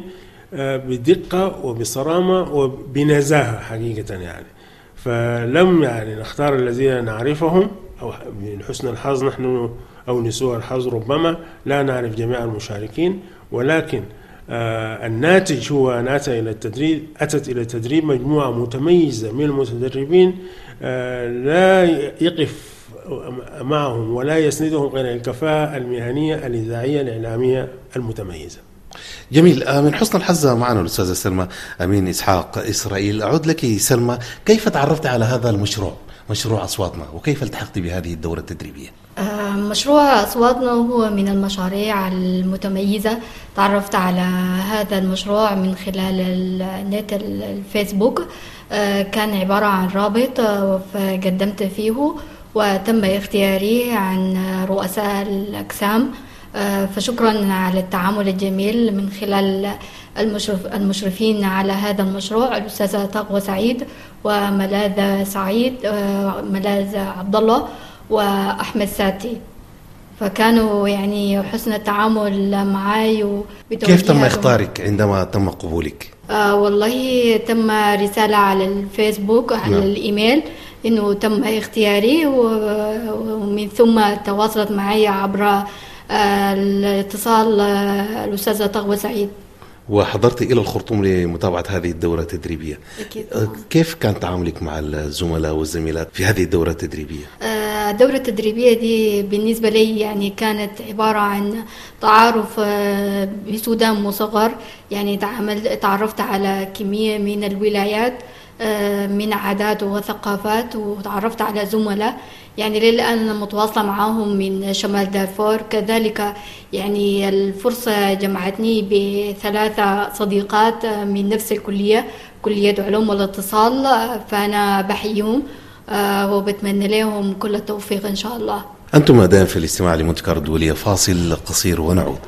بدقة وبصرامة وبنزاهة حقيقة يعني. فلم يعني نختار الذين نعرفهم أو من حسن الحظ نحن أو لسوء الحظ ربما لا نعرف جميع المشاركين، ولكن آه الناتج هو أن أتى إلى التدريب أتت إلى التدريب مجموعة متميزة من المتدربين آه لا يقف معهم ولا يسندهم غير الكفاءة المهنية الإذاعية الإعلامية المتميزة. جميل. من حسن الحظ معنا الأستاذة سلمى أمين إسحاق إسرائيل. أعود لك سلمى، كيف تعرفت على هذا المشروع مشروع أصواتنا وكيف التحقت بهذه الدورة التدريبية؟ مشروع أصواتنا هو من المشاريع المتميزة. تعرفت على هذا المشروع من خلال النت الفيسبوك، كان عبارة عن رابط فقدمت فيه وتم اختياري عن رؤساء الأقسام، فشكرا على التعامل الجميل من خلال المشرف المشرفين على هذا المشروع الأستاذة تقوى سعيد وملاذ سعيد ملاذ عبد الله وأحمد ساتي، فكانوا يعني حسن التعامل معي. كيف تم اختارك عندما تم قبولك؟ آه والله تم رسالة على الفيسبوك على نعم. الإيميل إنه تم اختياري، ومن ثم تواصلت معي عبر الاتصال الأستاذة تقوى سعيد. وحضرت إلى الخرطوم لمتابعة هذه الدورة التدريبية. أكيد. كيف كان تعاملك مع الزملاء والزميلات في هذه الدورة التدريبية؟ الدورة التدريبية دي بالنسبة لي يعني كانت عبارة عن تعارف بسودان مصغر، يعني تعرفت على كمية من الولايات من عادات وثقافات، وتعرفت على زملاء يعني للآن أنا متواصلة معهم من شمال دارفور. كذلك يعني الفرصة جمعتني بثلاثة صديقات من نفس الكلية، كلية علوم والاتصال، فأنا بحيهم وبتمنى لهم كل التوفيق إن شاء الله. أنتم مدام في الاستماع لمونت كارلو الدولية. فاصل قصير ونعود.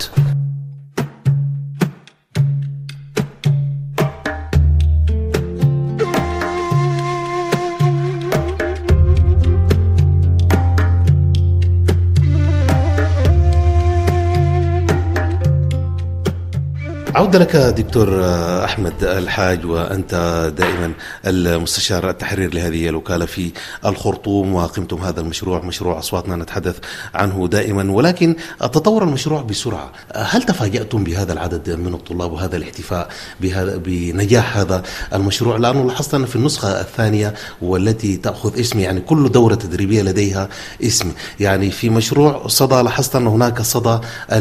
أعود لك دكتور أحمد الحاج، وأنت دائما المستشار التحرير لهذه الوكالة في الخرطوم، وقمتم هذا المشروع مشروع أصواتنا نتحدث عنه دائما، ولكن تطور المشروع بسرعة. هل تفاجأتم بهذا العدد من الطلاب وهذا الاحتفاء بهذا بنجاح هذا المشروع؟ لأنه لاحظت أن في النسخة الثانية والتي تأخذ اسم، يعني كل دورة تدريبية لديها اسم، يعني في مشروع صدى لاحظت أن هناك صدى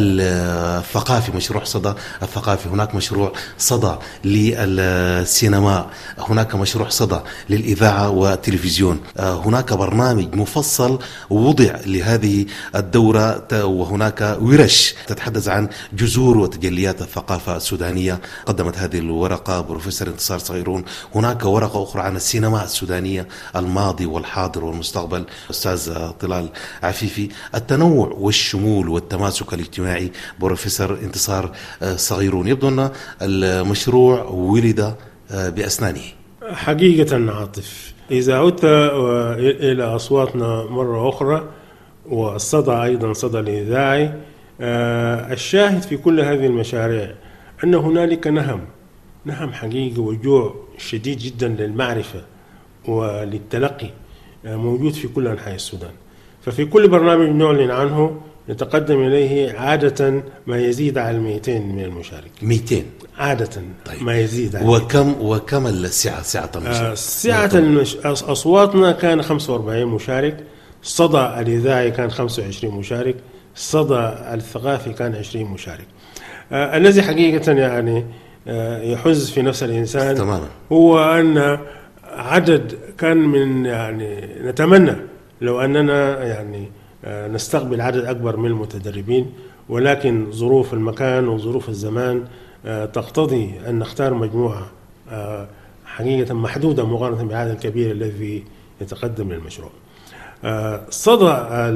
الثقافي، مشروع صدى الثقافي، هناك مشروع صدى للسينما، هناك مشروع صدى للإذاعة والتلفزيون، هناك برنامج مفصل وضع لهذه الدورة، وهناك ورش تتحدث عن جذور وتجليات الثقافة السودانية. قدمت هذه الورقة بروفيسور انتصار صغيرون. هناك ورقة أخرى عن السينما السودانية، الماضي والحاضر والمستقبل، أستاذ طلال عفيفي. التنوع والشمول والتماسك الاجتماعي، بروفيسور انتصار صغيرون. يبدو أن المشروع ولد بأسنانه. حقيقة عاطف، إذا عدت إلى أصواتنا مرة أخرى والصدى أيضا صدى الإذاعي، الشاهد في كل هذه المشاريع أن هنالك نهم نهم حقيقي وجوع شديد جدا للمعرفة وللتلقي موجود في كل أنحاء السودان. ففي كل برنامج نعلن عنه يتقدم إليه عادة ما يزيد على مئتين من المشارك. مئتين عادة. طيب. ما يزيد على وكم وكم السعة سعة المشارك؟ آه سعة المش... أصواتنا كان خمسة وأربعين مشارك، صدى الإذاعي كان خمسة وعشرين مشارك، صدى الثقافي كان عشرين مشارك. آه الذي حقيقة يعني آه يحز في نفس الإنسان تماما هو أن عدد كان من يعني نتمنى لو أننا يعني نستقبل عدد أكبر من المتدربين، ولكن ظروف المكان وظروف الزمان تقتضي أن نختار مجموعة حقيقة محدودة مقارنة بالعدد الكبير الذي يتقدم للمشروع. صدى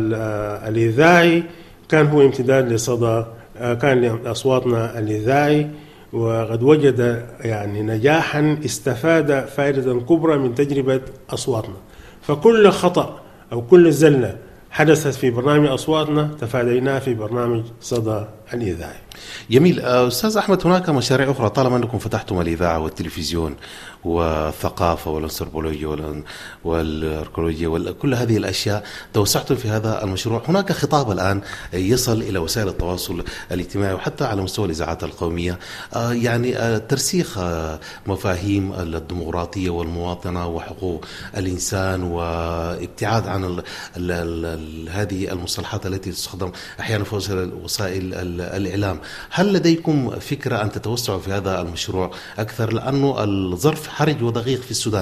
الإذاعي كان هو امتداد لصدى كان لأصواتنا الإذاعي، وقد وجد يعني نجاحا استفاد فائدة كبرى من تجربة أصواتنا. فكل خطأ أو كل زلة حدثت في برنامج أصواتنا تفاديناها في برنامج صدى الإذاعي. جميل. أستاذ أحمد، هناك مشاريع أخرى طالما أنكم فتحتم الإذاعة والتلفزيون والثقافة والأنثروبولوجيا والأركولوجيا وكل هذه الأشياء، توسعتم في هذا المشروع. هناك خطاب الآن يصل إلى وسائل التواصل الاجتماعي وحتى على مستوى الإذاعات القومية، يعني ترسيخ مفاهيم الديمقراطية والمواطنة وحقوق الإنسان، وابتعاد عن ال ال ال هذه المصطلحات التي تستخدم أحيانا في وسائل الإعلام. هل لديكم فكرة أن تتوسعوا في هذا المشروع أكثر، لأنه الظرف حرج ودقيق في السودان؟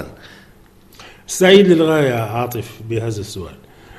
سعيد للغاية عاطف بهذا السؤال.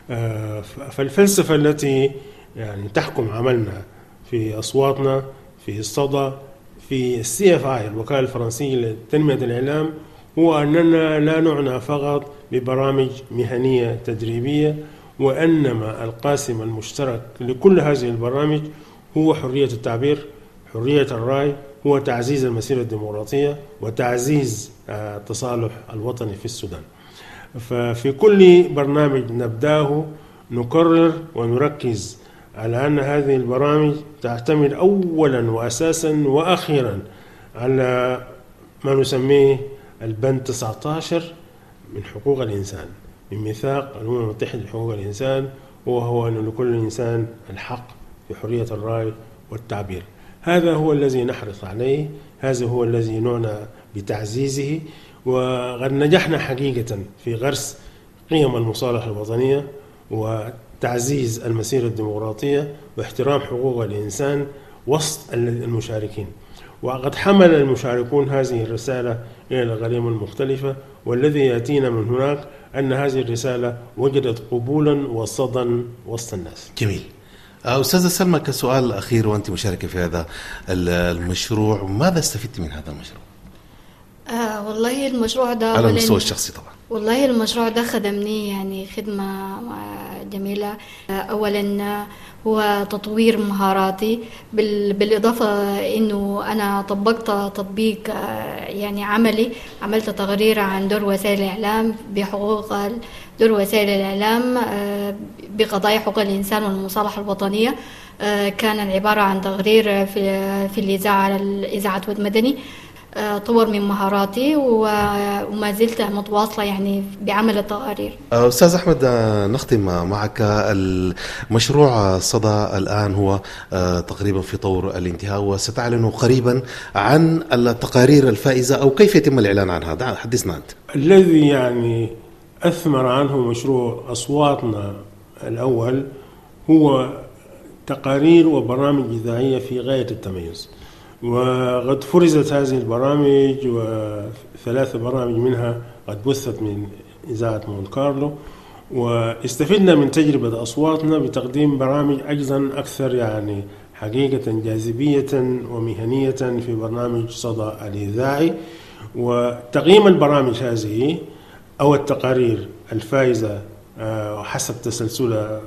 فالفلسفة التي يعني تحكم عملنا في أصواتنا، في الصدى، في السي اف اي الوكالة الفرنسية لتنمية الإعلام، هو أننا لا نعنى فقط ببرامج مهنية تدريبية، وإنما القاسم المشترك لكل هذه البرامج هو حرية التعبير، حرية الرأي، هو تعزيز المسيرة الديمقراطية وتعزيز التصالح الوطني في السودان. ففي كل برنامج نبداه نكرر ونركز على أن هذه البرامج تعتمد أولا وأساسا وأخيرا على ما نسميه البند تسعة عشر من حقوق الإنسان، من ميثاق الأمم المتحدة لحقوق الإنسان، وهو أن لكل إنسان الحق في حرية الرأي والتعبير. هذا هو الذي نحرص عليه، هذا هو الذي نعنى بتعزيزه، وقد نجحنا حقيقة في غرس قيم المصالحة الوطنية وتعزيز المسيرة الديمقراطية واحترام حقوق الإنسان وسط المشاركين. وقد حمل المشاركون هذه الرسالة إلى الأقاليم المختلفة، والذي يأتينا من هناك أن هذه الرسالة وجدت قبولا وصدا وسط الناس. جميل. أستاذة سلمى، كسؤال أخير وأنت مشاركة في هذا المشروع، ماذا استفدت من هذا المشروع؟ آه والله المشروع ده على المستوى الشخصي طبعا. والله المشروع ده خدمني يعني خدمة جميلة. أولا هو تطوير مهاراتي، بالإضافة أنه أنا طبقت تطبيق يعني عملي، عملت تقرير عن دور وسائل الإعلام بحقوق دور وسائل الإعلام بقضايا حقوق الإنسان والمصالحة الوطنية. كان عبارة عن تقرير في في الإذاعة الإذاعة والمدني. طور من مهاراتي وما زلت متواصلة يعني بعمل التقارير. أستاذ أحمد، نختم معك. المشروع صدى الآن هو تقريبا في طور الانتهاء، وستعلن قريبا عن التقارير الفائزة، أو كيف يتم الإعلان عنها؟ حدثنا أنت. الذي يعني أثمر عنه مشروع أصواتنا الأول هو تقارير وبرامج إذاعية في غاية التميز، وقد فرزت هذه البرامج، وثلاث برامج منها قد بثت من إذاعة مونت كارلو، واستفدنا من تجربة أصواتنا بتقديم برامج أيضا أكثر يعني حقيقة جاذبية ومهنية في برنامج صدى الإذاعي. وتقييم البرامج هذه أو التقارير الفائزة حسب تسلسل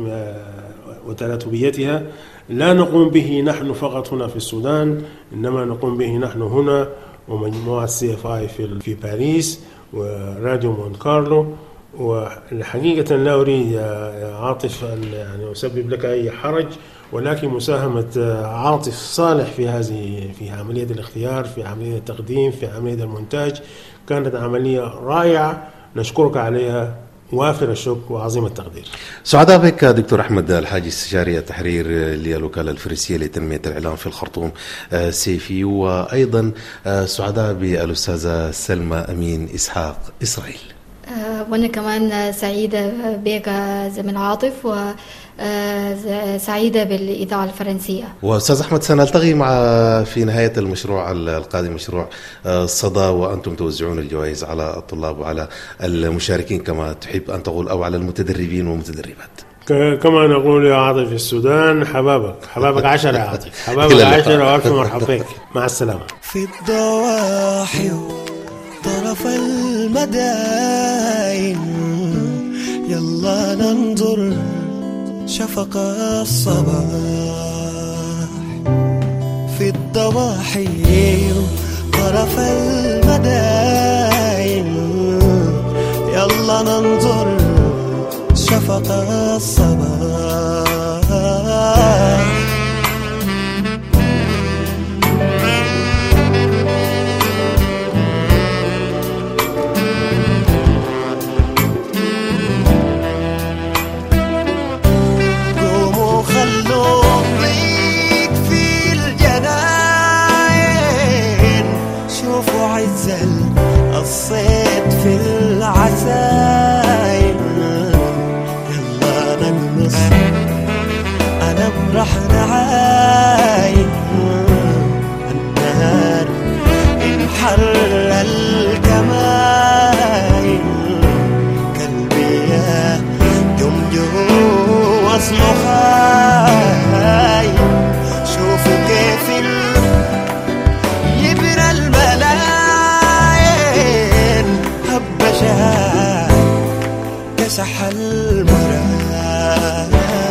وتراتبيتها لا نقوم به نحن فقط هنا في السودان، إنما نقوم به نحن هنا ومجموعة سي اف اي في في باريس وراديو مونت كارلو. والحقيقة لا أريد يا عاطف أن يعني أسبب لك أي حرج، ولكن مساهمة عاطف صالح في هذه في عملية الاختيار، في عملية التقديم، في عملية المونتاج كانت عملية رائعة، نشكرك عليها وافر الشكر وعظيم التقدير. سعداء بك دكتور أحمد الحاج، استشاري التحرير للوكالة الفرنسية لتنمية الإعلام في الخرطوم سيفي، وأيضا سعداء بالأستاذة سلمى أمين إسحاق إسرائيل. وأنا كمان سعيدة بك زميل عاطف، وسعيدة بالإذاعة الفرنسية. وأستاذ أحمد، سنلتقي مع في نهاية المشروع القادم، مشروع صدى، وأنتم توزعون الجوائز على الطلاب وعلى المشاركين كما تحب أن تقول، أو على المتدربين والمتدربات. كما نقول يا عاطف في السودان، حبابك حبابك عشرة يا عاطف، حبابك عشرة، وألف مرحبا بك. مع السلامة. في الضواحي طرف المداين يلا ننظر شفق الصباح. في الضواحي طرف المداين يلا ننظر شفق الصباح. الصيد في العساين يلا نقمص أنا برح نعاين. النهار انحر الكماين، قلبي يا جمجو واصله خاين. شوفوا كيف يبرى الملايين هبشها كسح المراح.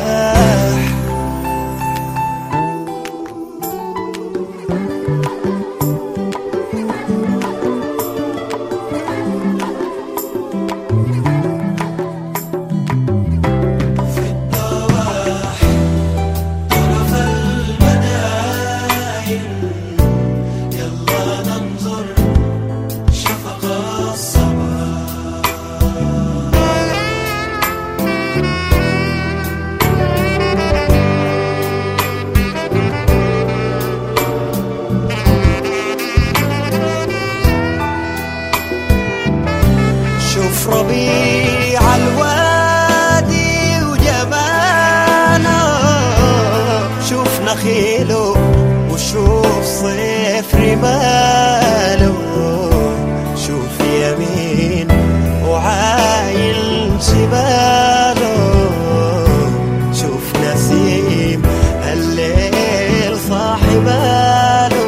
ربيع الوادي وجماله، شوف نخيله وشوف صيف رماله، شوف يمين وعاين شماله، شوف نسيم الليل صاحي باله،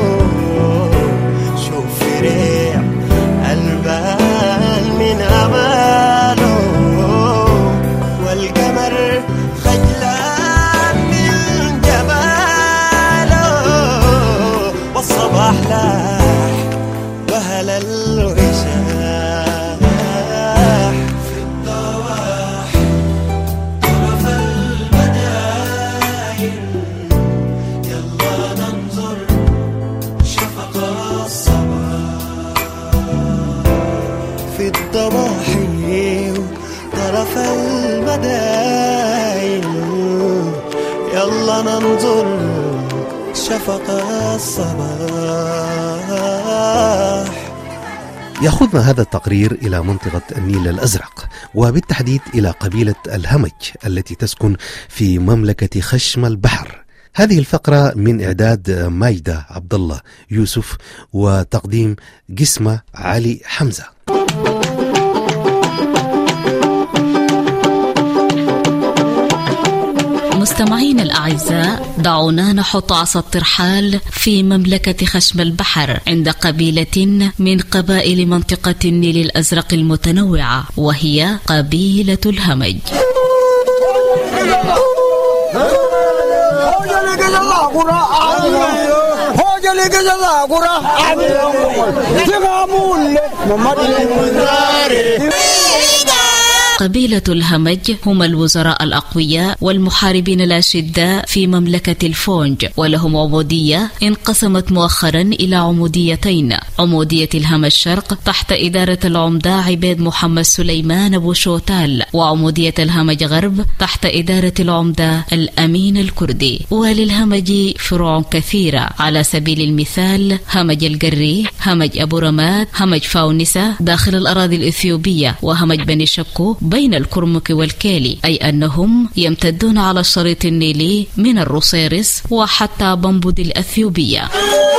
شوف ريع البال من أماله، في الضواحي طرف المداين، يلا ننظر شفق الصباح. يأخذنا هذا التقرير إلى منطقة النيل الأزرق، وبالتحديد إلى قبيلة الهمج التي تسكن في مملكة خشم البحر. هذه الفقرة من إعداد مايدة عبد الله يوسف وتقديم قسمة علي حمزة. مستمعين الأعزاء، دعونا نحط عصا الترحال في مملكة خشم البحر عند قبيلة من قبائل منطقة النيل الأزرق المتنوعة، وهي قبيلة الهمج. قبيلة الهمج هم الوزراء الأقوياء والمحاربين الأشداء في مملكة الفونج، ولهم عمودية انقسمت مؤخرا إلى عموديتين: عمودية الهمج شرق تحت إدارة العمدة عبيد محمد سليمان أبو شوتال، وعمودية الهمج غرب تحت إدارة العمدة الأمين الكردي. وللهمج فروع كثيرة، على سبيل المثال همج القري، همج أبو رماد، همج فاونسة داخل الأراضي الإثيوبية، وهمج بني شكو بين الكرمك والكالي، أي أنهم يمتدون على الشريط النيلي من الروسيرس وحتى بمبود الأثيوبية.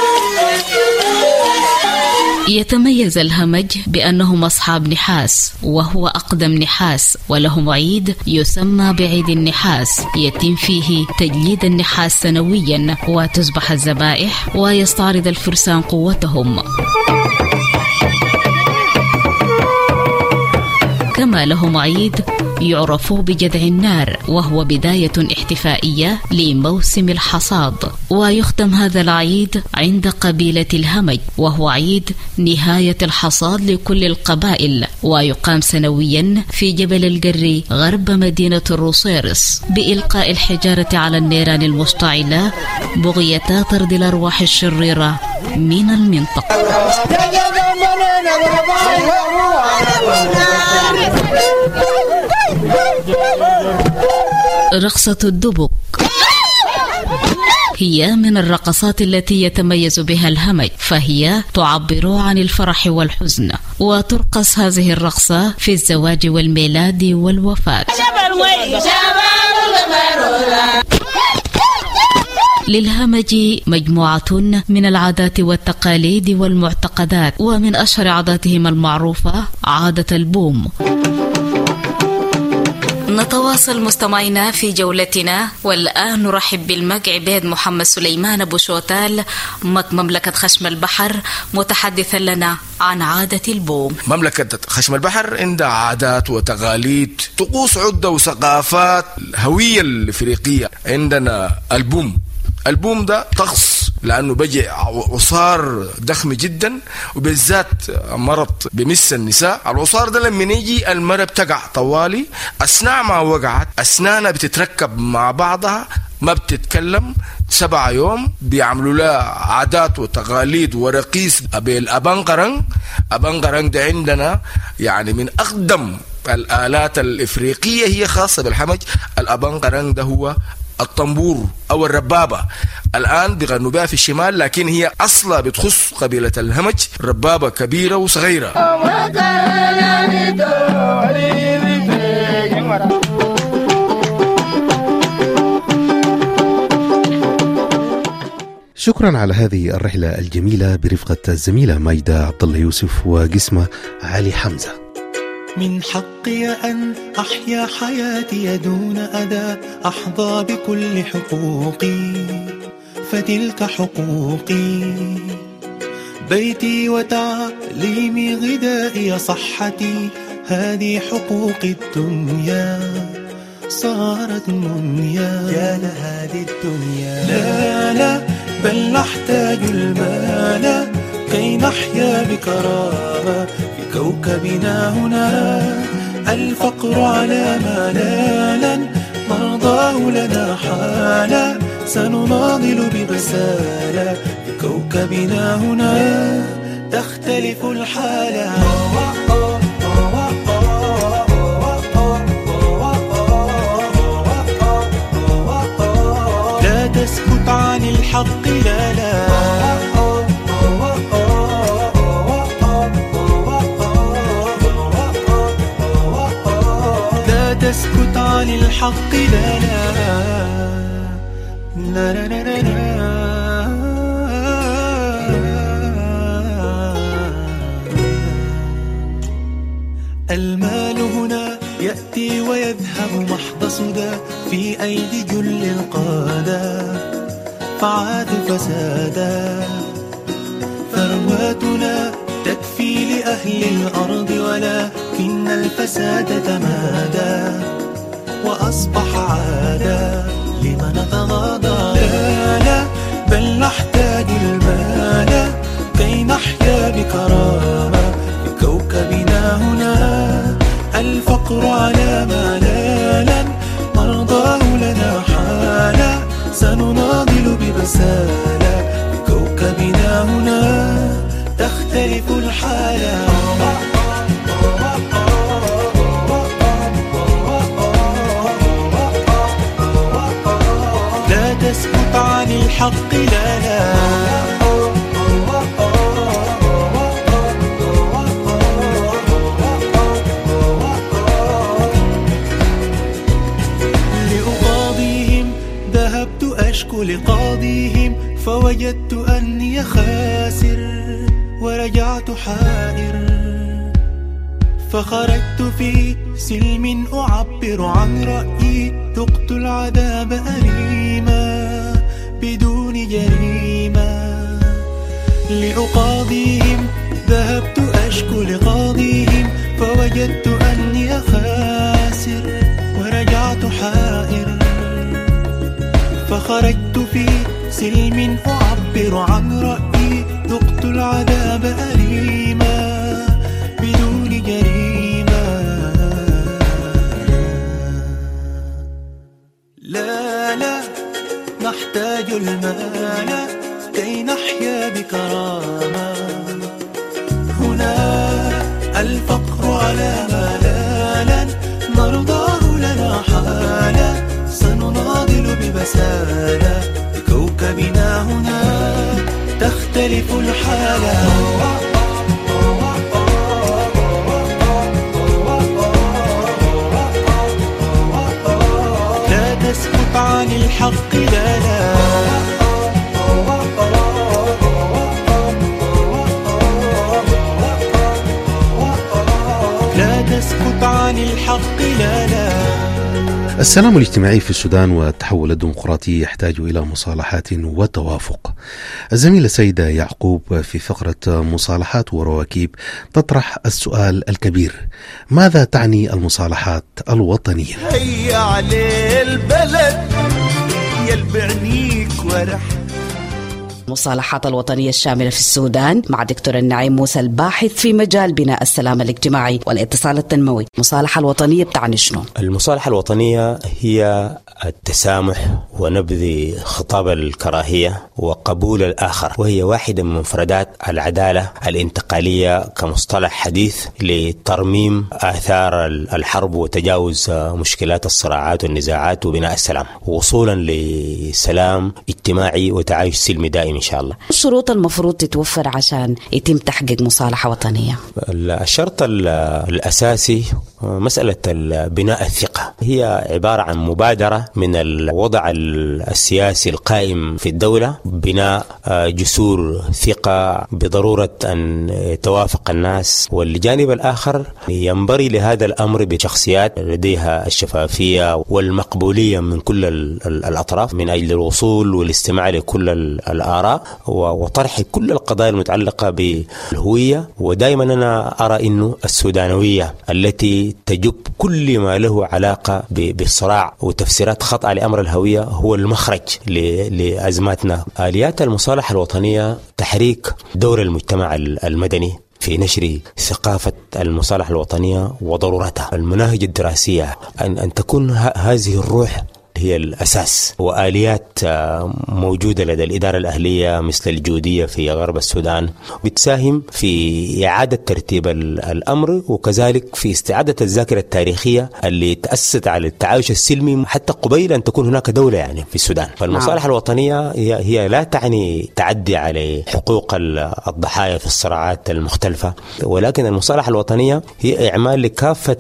يتميز الهمج بأنهم أصحاب نحاس، وهو أقدم نحاس، ولهم عيد يسمى بعيد النحاس، يتم فيه تجليد النحاس سنويا، وتذبح الذبائح ويستعرض الفرسان قوتهم. كما لهم عيد يعرف بجذع النار، وهو بداية احتفائية لموسم الحصاد، ويختم هذا العيد عند قبيلة الهمج، وهو عيد نهاية الحصاد لكل القبائل، ويقام سنويا في جبل القري غرب مدينة الروسيرس بإلقاء الحجارة على النيران المشتعلة بغية طرد الأرواح الشريرة من المنطقة. رقصة الدبك هي من الرقصات التي يتميز بها الهمج، فهي تعبر عن الفرح والحزن، وترقص هذه الرقصة في الزواج والميلاد والوفاة. للهمج مجموعة من العادات والتقاليد والمعتقدات، ومن أشهر عاداتهم المعروفة عادة البوم. نتواصل مستمعينا في جولتنا، والآن نرحب بالمج عبيد محمد سليمان أبو شوتال مك مملكة خشم البحر، متحدثا لنا عن عادة البوم. مملكة خشم البحر عندها عادات وتقاليد، طقوس عدة وثقافات، الهوية الإفريقية. عندنا البوم. البوم ده طقس لأنه بجي عصار ضخم جدا، وبالذات مرض بمس النساء. العصار ده لما يجي المرأة بتقع طوالي، أثناء ما وقعت أسنانها بتتركب مع بعضها، ما بتتكلم سبع يوم. بيعملوا لها عادات وتقاليد ورقيس بالأبنقرن. أبنقرن ده عندنا يعني من أقدم الآلات الإفريقية، هي خاصة بالحمج. الأبنقرن ده هو الطنبور أو الربابة، الآن بيغنوا بها في الشمال، لكن هي أصلا بتخص قبيلة الهمج. ربابة كبيرة وصغيرة. شكرا على هذه الرحلة الجميلة برفقة الزميلة مايدة عبد الله يوسف وقسمة علي حمزة. من حقي أن أحيا حياتي دون أداء، أحظى بكل حقوقي، فتلك حقوقي. بيتي وتعليمي، غذائي، صحتي، هذه حقوق الدنيا صارت منيا. يا لهذه الدنيا لا لا، بل نحتاج المال كي نحيا بكرامة في كوكبنا هنا. الفقر على ما لا لن نرضاه لنا حالا، سنناضل ببسالة في كوكبنا هنا. تختلف الحالة تسكت عن الحق لا لا لا لا لا لا, لا. المال هنا يأتي ويذهب محض سدى في أيدي جل القادة فعاد فسادا. ثرواتنا تكفي لأهل الأرض ولكن الفساد تمادى وأصبح عادة. لما نتغاضى؟ لا لا بل نحتاج المال كي نحيا بكرامة في كوكبنا هنا. الفقر على ما لا لن نرضاه لنا حالا سنناضل ببسالة في كوكبنا هنا تختلف الحالة. لا تسكت عن الحق لا لا أشكو لقاضيهم فوجدت أني خاسر ورجعت حائر. فخرجت في سلم أعبر عن رأيي ذقت العذاب أليما بدون جريمة. لأقاضيهم ذهبت أشكو لقاضيهم فوجدت أني خاسر ورجعت حائر. فخرجت في سلم أعبر عن رأيي ذقت العذاب أليما بدون جريمة. لا لا نحتاج المال كي نحيا بكرامة. هنا الفقر على ما لا لن نرضاه لنا حالا سنناضل ببسالة بكوكبنا هنا تختلف الحالة. لا تسكت عن الحق لا لا لا تسكت عن الحق لا لا. السلام الاجتماعي في السودان والتحول الديمقراطي يحتاج إلى مصالحات وتوافق. الزميلة سيدة يعقوب في فقرة مصالحات ورواكيب تطرح السؤال الكبير: ماذا تعني المصالحات الوطنية؟ هيا على البلد يلبعنيك ورح. المصالحات الوطنية الشاملة في السودان مع دكتور النعيم موسى الباحث في مجال بناء السلام الاجتماعي والاتصال التنموي. المصالحة الوطنية بتعني شنو؟ المصالحة الوطنية هي التسامح ونبذ خطاب الكراهية وقبول الآخر، وهي واحدة من مفردات العدالة الانتقالية كمصطلح حديث لترميم آثار الحرب وتجاوز مشكلات الصراعات والنزاعات وبناء السلام وصولا لسلام اجتماعي وتعايش سلمي دائم إن شاء الله. الشروط المفروض تتوفر عشان يتم تحقيق مصالحة وطنية؟ الشرط الأساسي مسألة بناء الثقة، هي عبارة عن مبادرة من الوضع السياسي القائم في الدولة، بناء جسور ثقة بضرورة أن يتوافق الناس، والجانب الآخر ينبري لهذا الأمر بشخصيات لديها الشفافية والمقبولية من كل الأطراف من أجل الوصول والاستماع لكل الآراء وطرح كل القضايا المتعلقة بالهوية. ودائما أنا أرى أنه السودانوية التي تجب كل ما له علاقة بالصراع وتفسيرات خطأ لأمر الهوية هو المخرج لأزماتنا. آليات المصالحة الوطنية تحريك دور المجتمع المدني في نشر ثقافة المصالحة الوطنية وضرورتها. المناهج الدراسية أن, أن تكون هذه الروح هي الأساس، وآليات موجودة لدى الإدارة الأهلية مثل الجودية في غرب السودان بتساهم في إعادة ترتيب الأمر، وكذلك في استعادة الذاكرة التاريخية اللي تأسست على التعايش السلمي حتى قبيل أن تكون هناك دولة يعني في السودان. فالمصالح نعم. الوطنية هي, هي لا تعني تعدي على حقوق الضحايا في الصراعات المختلفة، ولكن المصالحة الوطنية هي إعمال لكافة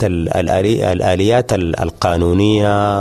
الآليات القانونية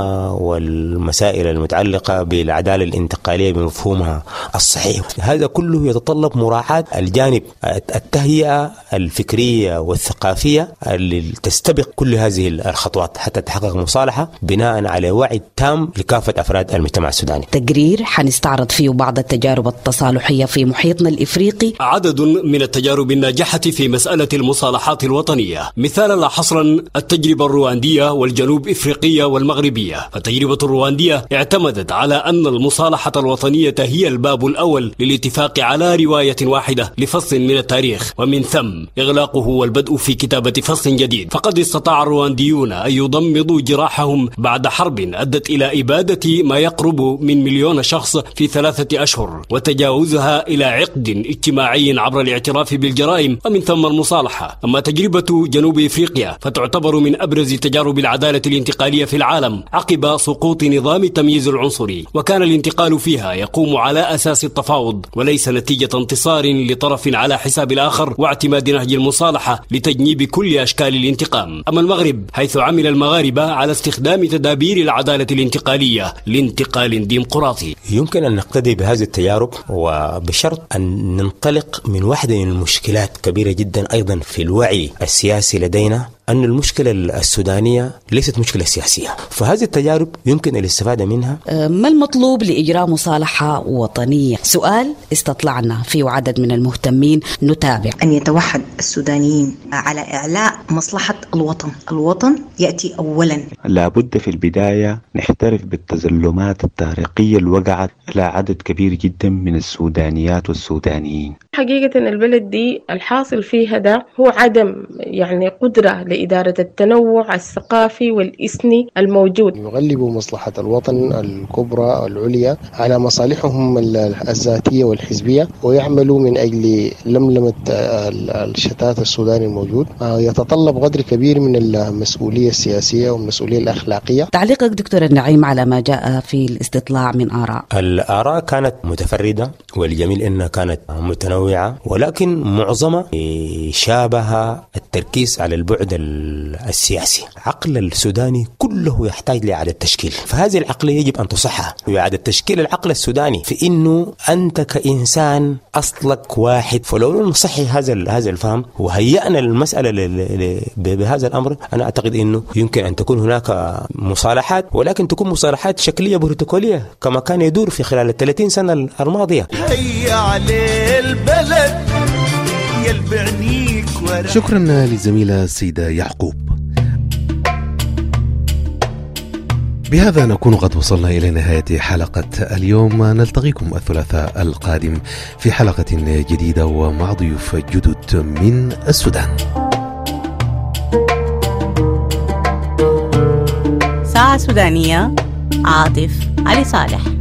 والمسائل المتعلقة بالعدالة الانتقالية بمفهومها الصحيح. هذا كله يتطلب مراعاة الجانب التهيئة الفكرية والثقافية اللي تستبق كل هذه الخطوات حتى تحقق مصالحة بناء على وعي تام لكافة أفراد المجتمع السوداني. تقرير حنستعرض فيه بعض التجارب التصالحية في محيطنا الإفريقي. عدد من التجارب الناجحة في مسألة المصالحات الوطنية، مثالا لا حصرا التجربة الرواندية والجنوب إفريقية والمغربية. التجربة الرواندية اعتمدت على أن المصالحة الوطنية هي الباب الأول للاتفاق على رواية واحدة لفصل من التاريخ، ومن ثم إغلاقه والبدء في كتابة فصل جديد. فقد استطاع الروانديون أن يضمدوا جراحهم بعد حرب أدت إلى إبادة ما يقرب من مليون شخص في ثلاثة أشهر، وتجاوزها إلى عقد اجتماعي عبر الاعتراف بالجرائم ومن ثم المصالحة. أما تجربة جنوب إفريقيا فتعتبر من أبرز تجارب العدالة الانتقالية في العالم عقب سقوط نظام التمييز العنصري، وكان الانتقال فيها يقوم على أساس التفاوض وليس نتيجة انتصار لطرف على حساب الآخر واعتماد نهج المصالحة لتجنيب كل أشكال الانتقام. أما المغرب حيث عمل المغاربة على استخدام تدابير العدالة الانتقالية لانتقال ديمقراطي. يمكن أن نقتدي بهذه التجارب وبشرط أن ننطلق من واحدة من المشكلات كبيرة جدا أيضا في الوعي السياسي لدينا، أن المشكلة السودانية ليست مشكلة سياسية. فهذه التجارب يمكن الاستفادة منها. ما المطلوب لإجراء مصالحة وطنية؟ سؤال استطلعنا فيه عدد من المهتمين. نتابع. أن يتوحد السودانيين على إعلاء مصلحة الوطن. الوطن يأتي أولا. لابد في البداية نحترف بالتزلمات التاريخية اللي وقعت على عدد كبير جدا من السودانيات والسودانيين. حقيقة البلد دي الحاصل فيها ده هو عدم يعني قدرة لإدارة التنوع الثقافي والإثني الموجود. يغلبوا مصلحة الوطن الكبرى العليا على مصالحهم الذاتية والحزبية، ويعملوا من أجل لملمة الشتات السوداني الموجود. يتطلب قدر كبير من المسؤولية السياسية والمسؤولية الأخلاقية. تعليقك دكتور النعيم على ما جاء في الاستطلاع من آراء؟ الآراء كانت متفردة، والجميل أنها كانت متنوعة، ولكن معظمها شابه التركيز على البعد السياسي. عقل السوداني كله يحتاج لإعادة تشكيل، فهذه العقلية يجب أن تصحح. وإعادة تشكيل العقل السوداني في إنه أنت كإنسان أصلك واحد. فلو نصحي هذا هذا الفهم وهيئنا المسألة بهذا الأمر، أنا أعتقد إنه يمكن أن تكون هناك مصالحات، ولكن تكون مصالحات شكلية بروتوكولية كما كان يدور في خلال الثلاثين سنة الماضية. هيا على البلد يلبعنيك. شكرا للزميلة سيدة يعقوب. بهذا نكون قد وصلنا إلى نهاية حلقة اليوم. نلتقيكم الثلاثاء القادم في حلقة جديدة ومع ضيوف جدد من السودان. ساعة سودانية، عاطف علي صالح.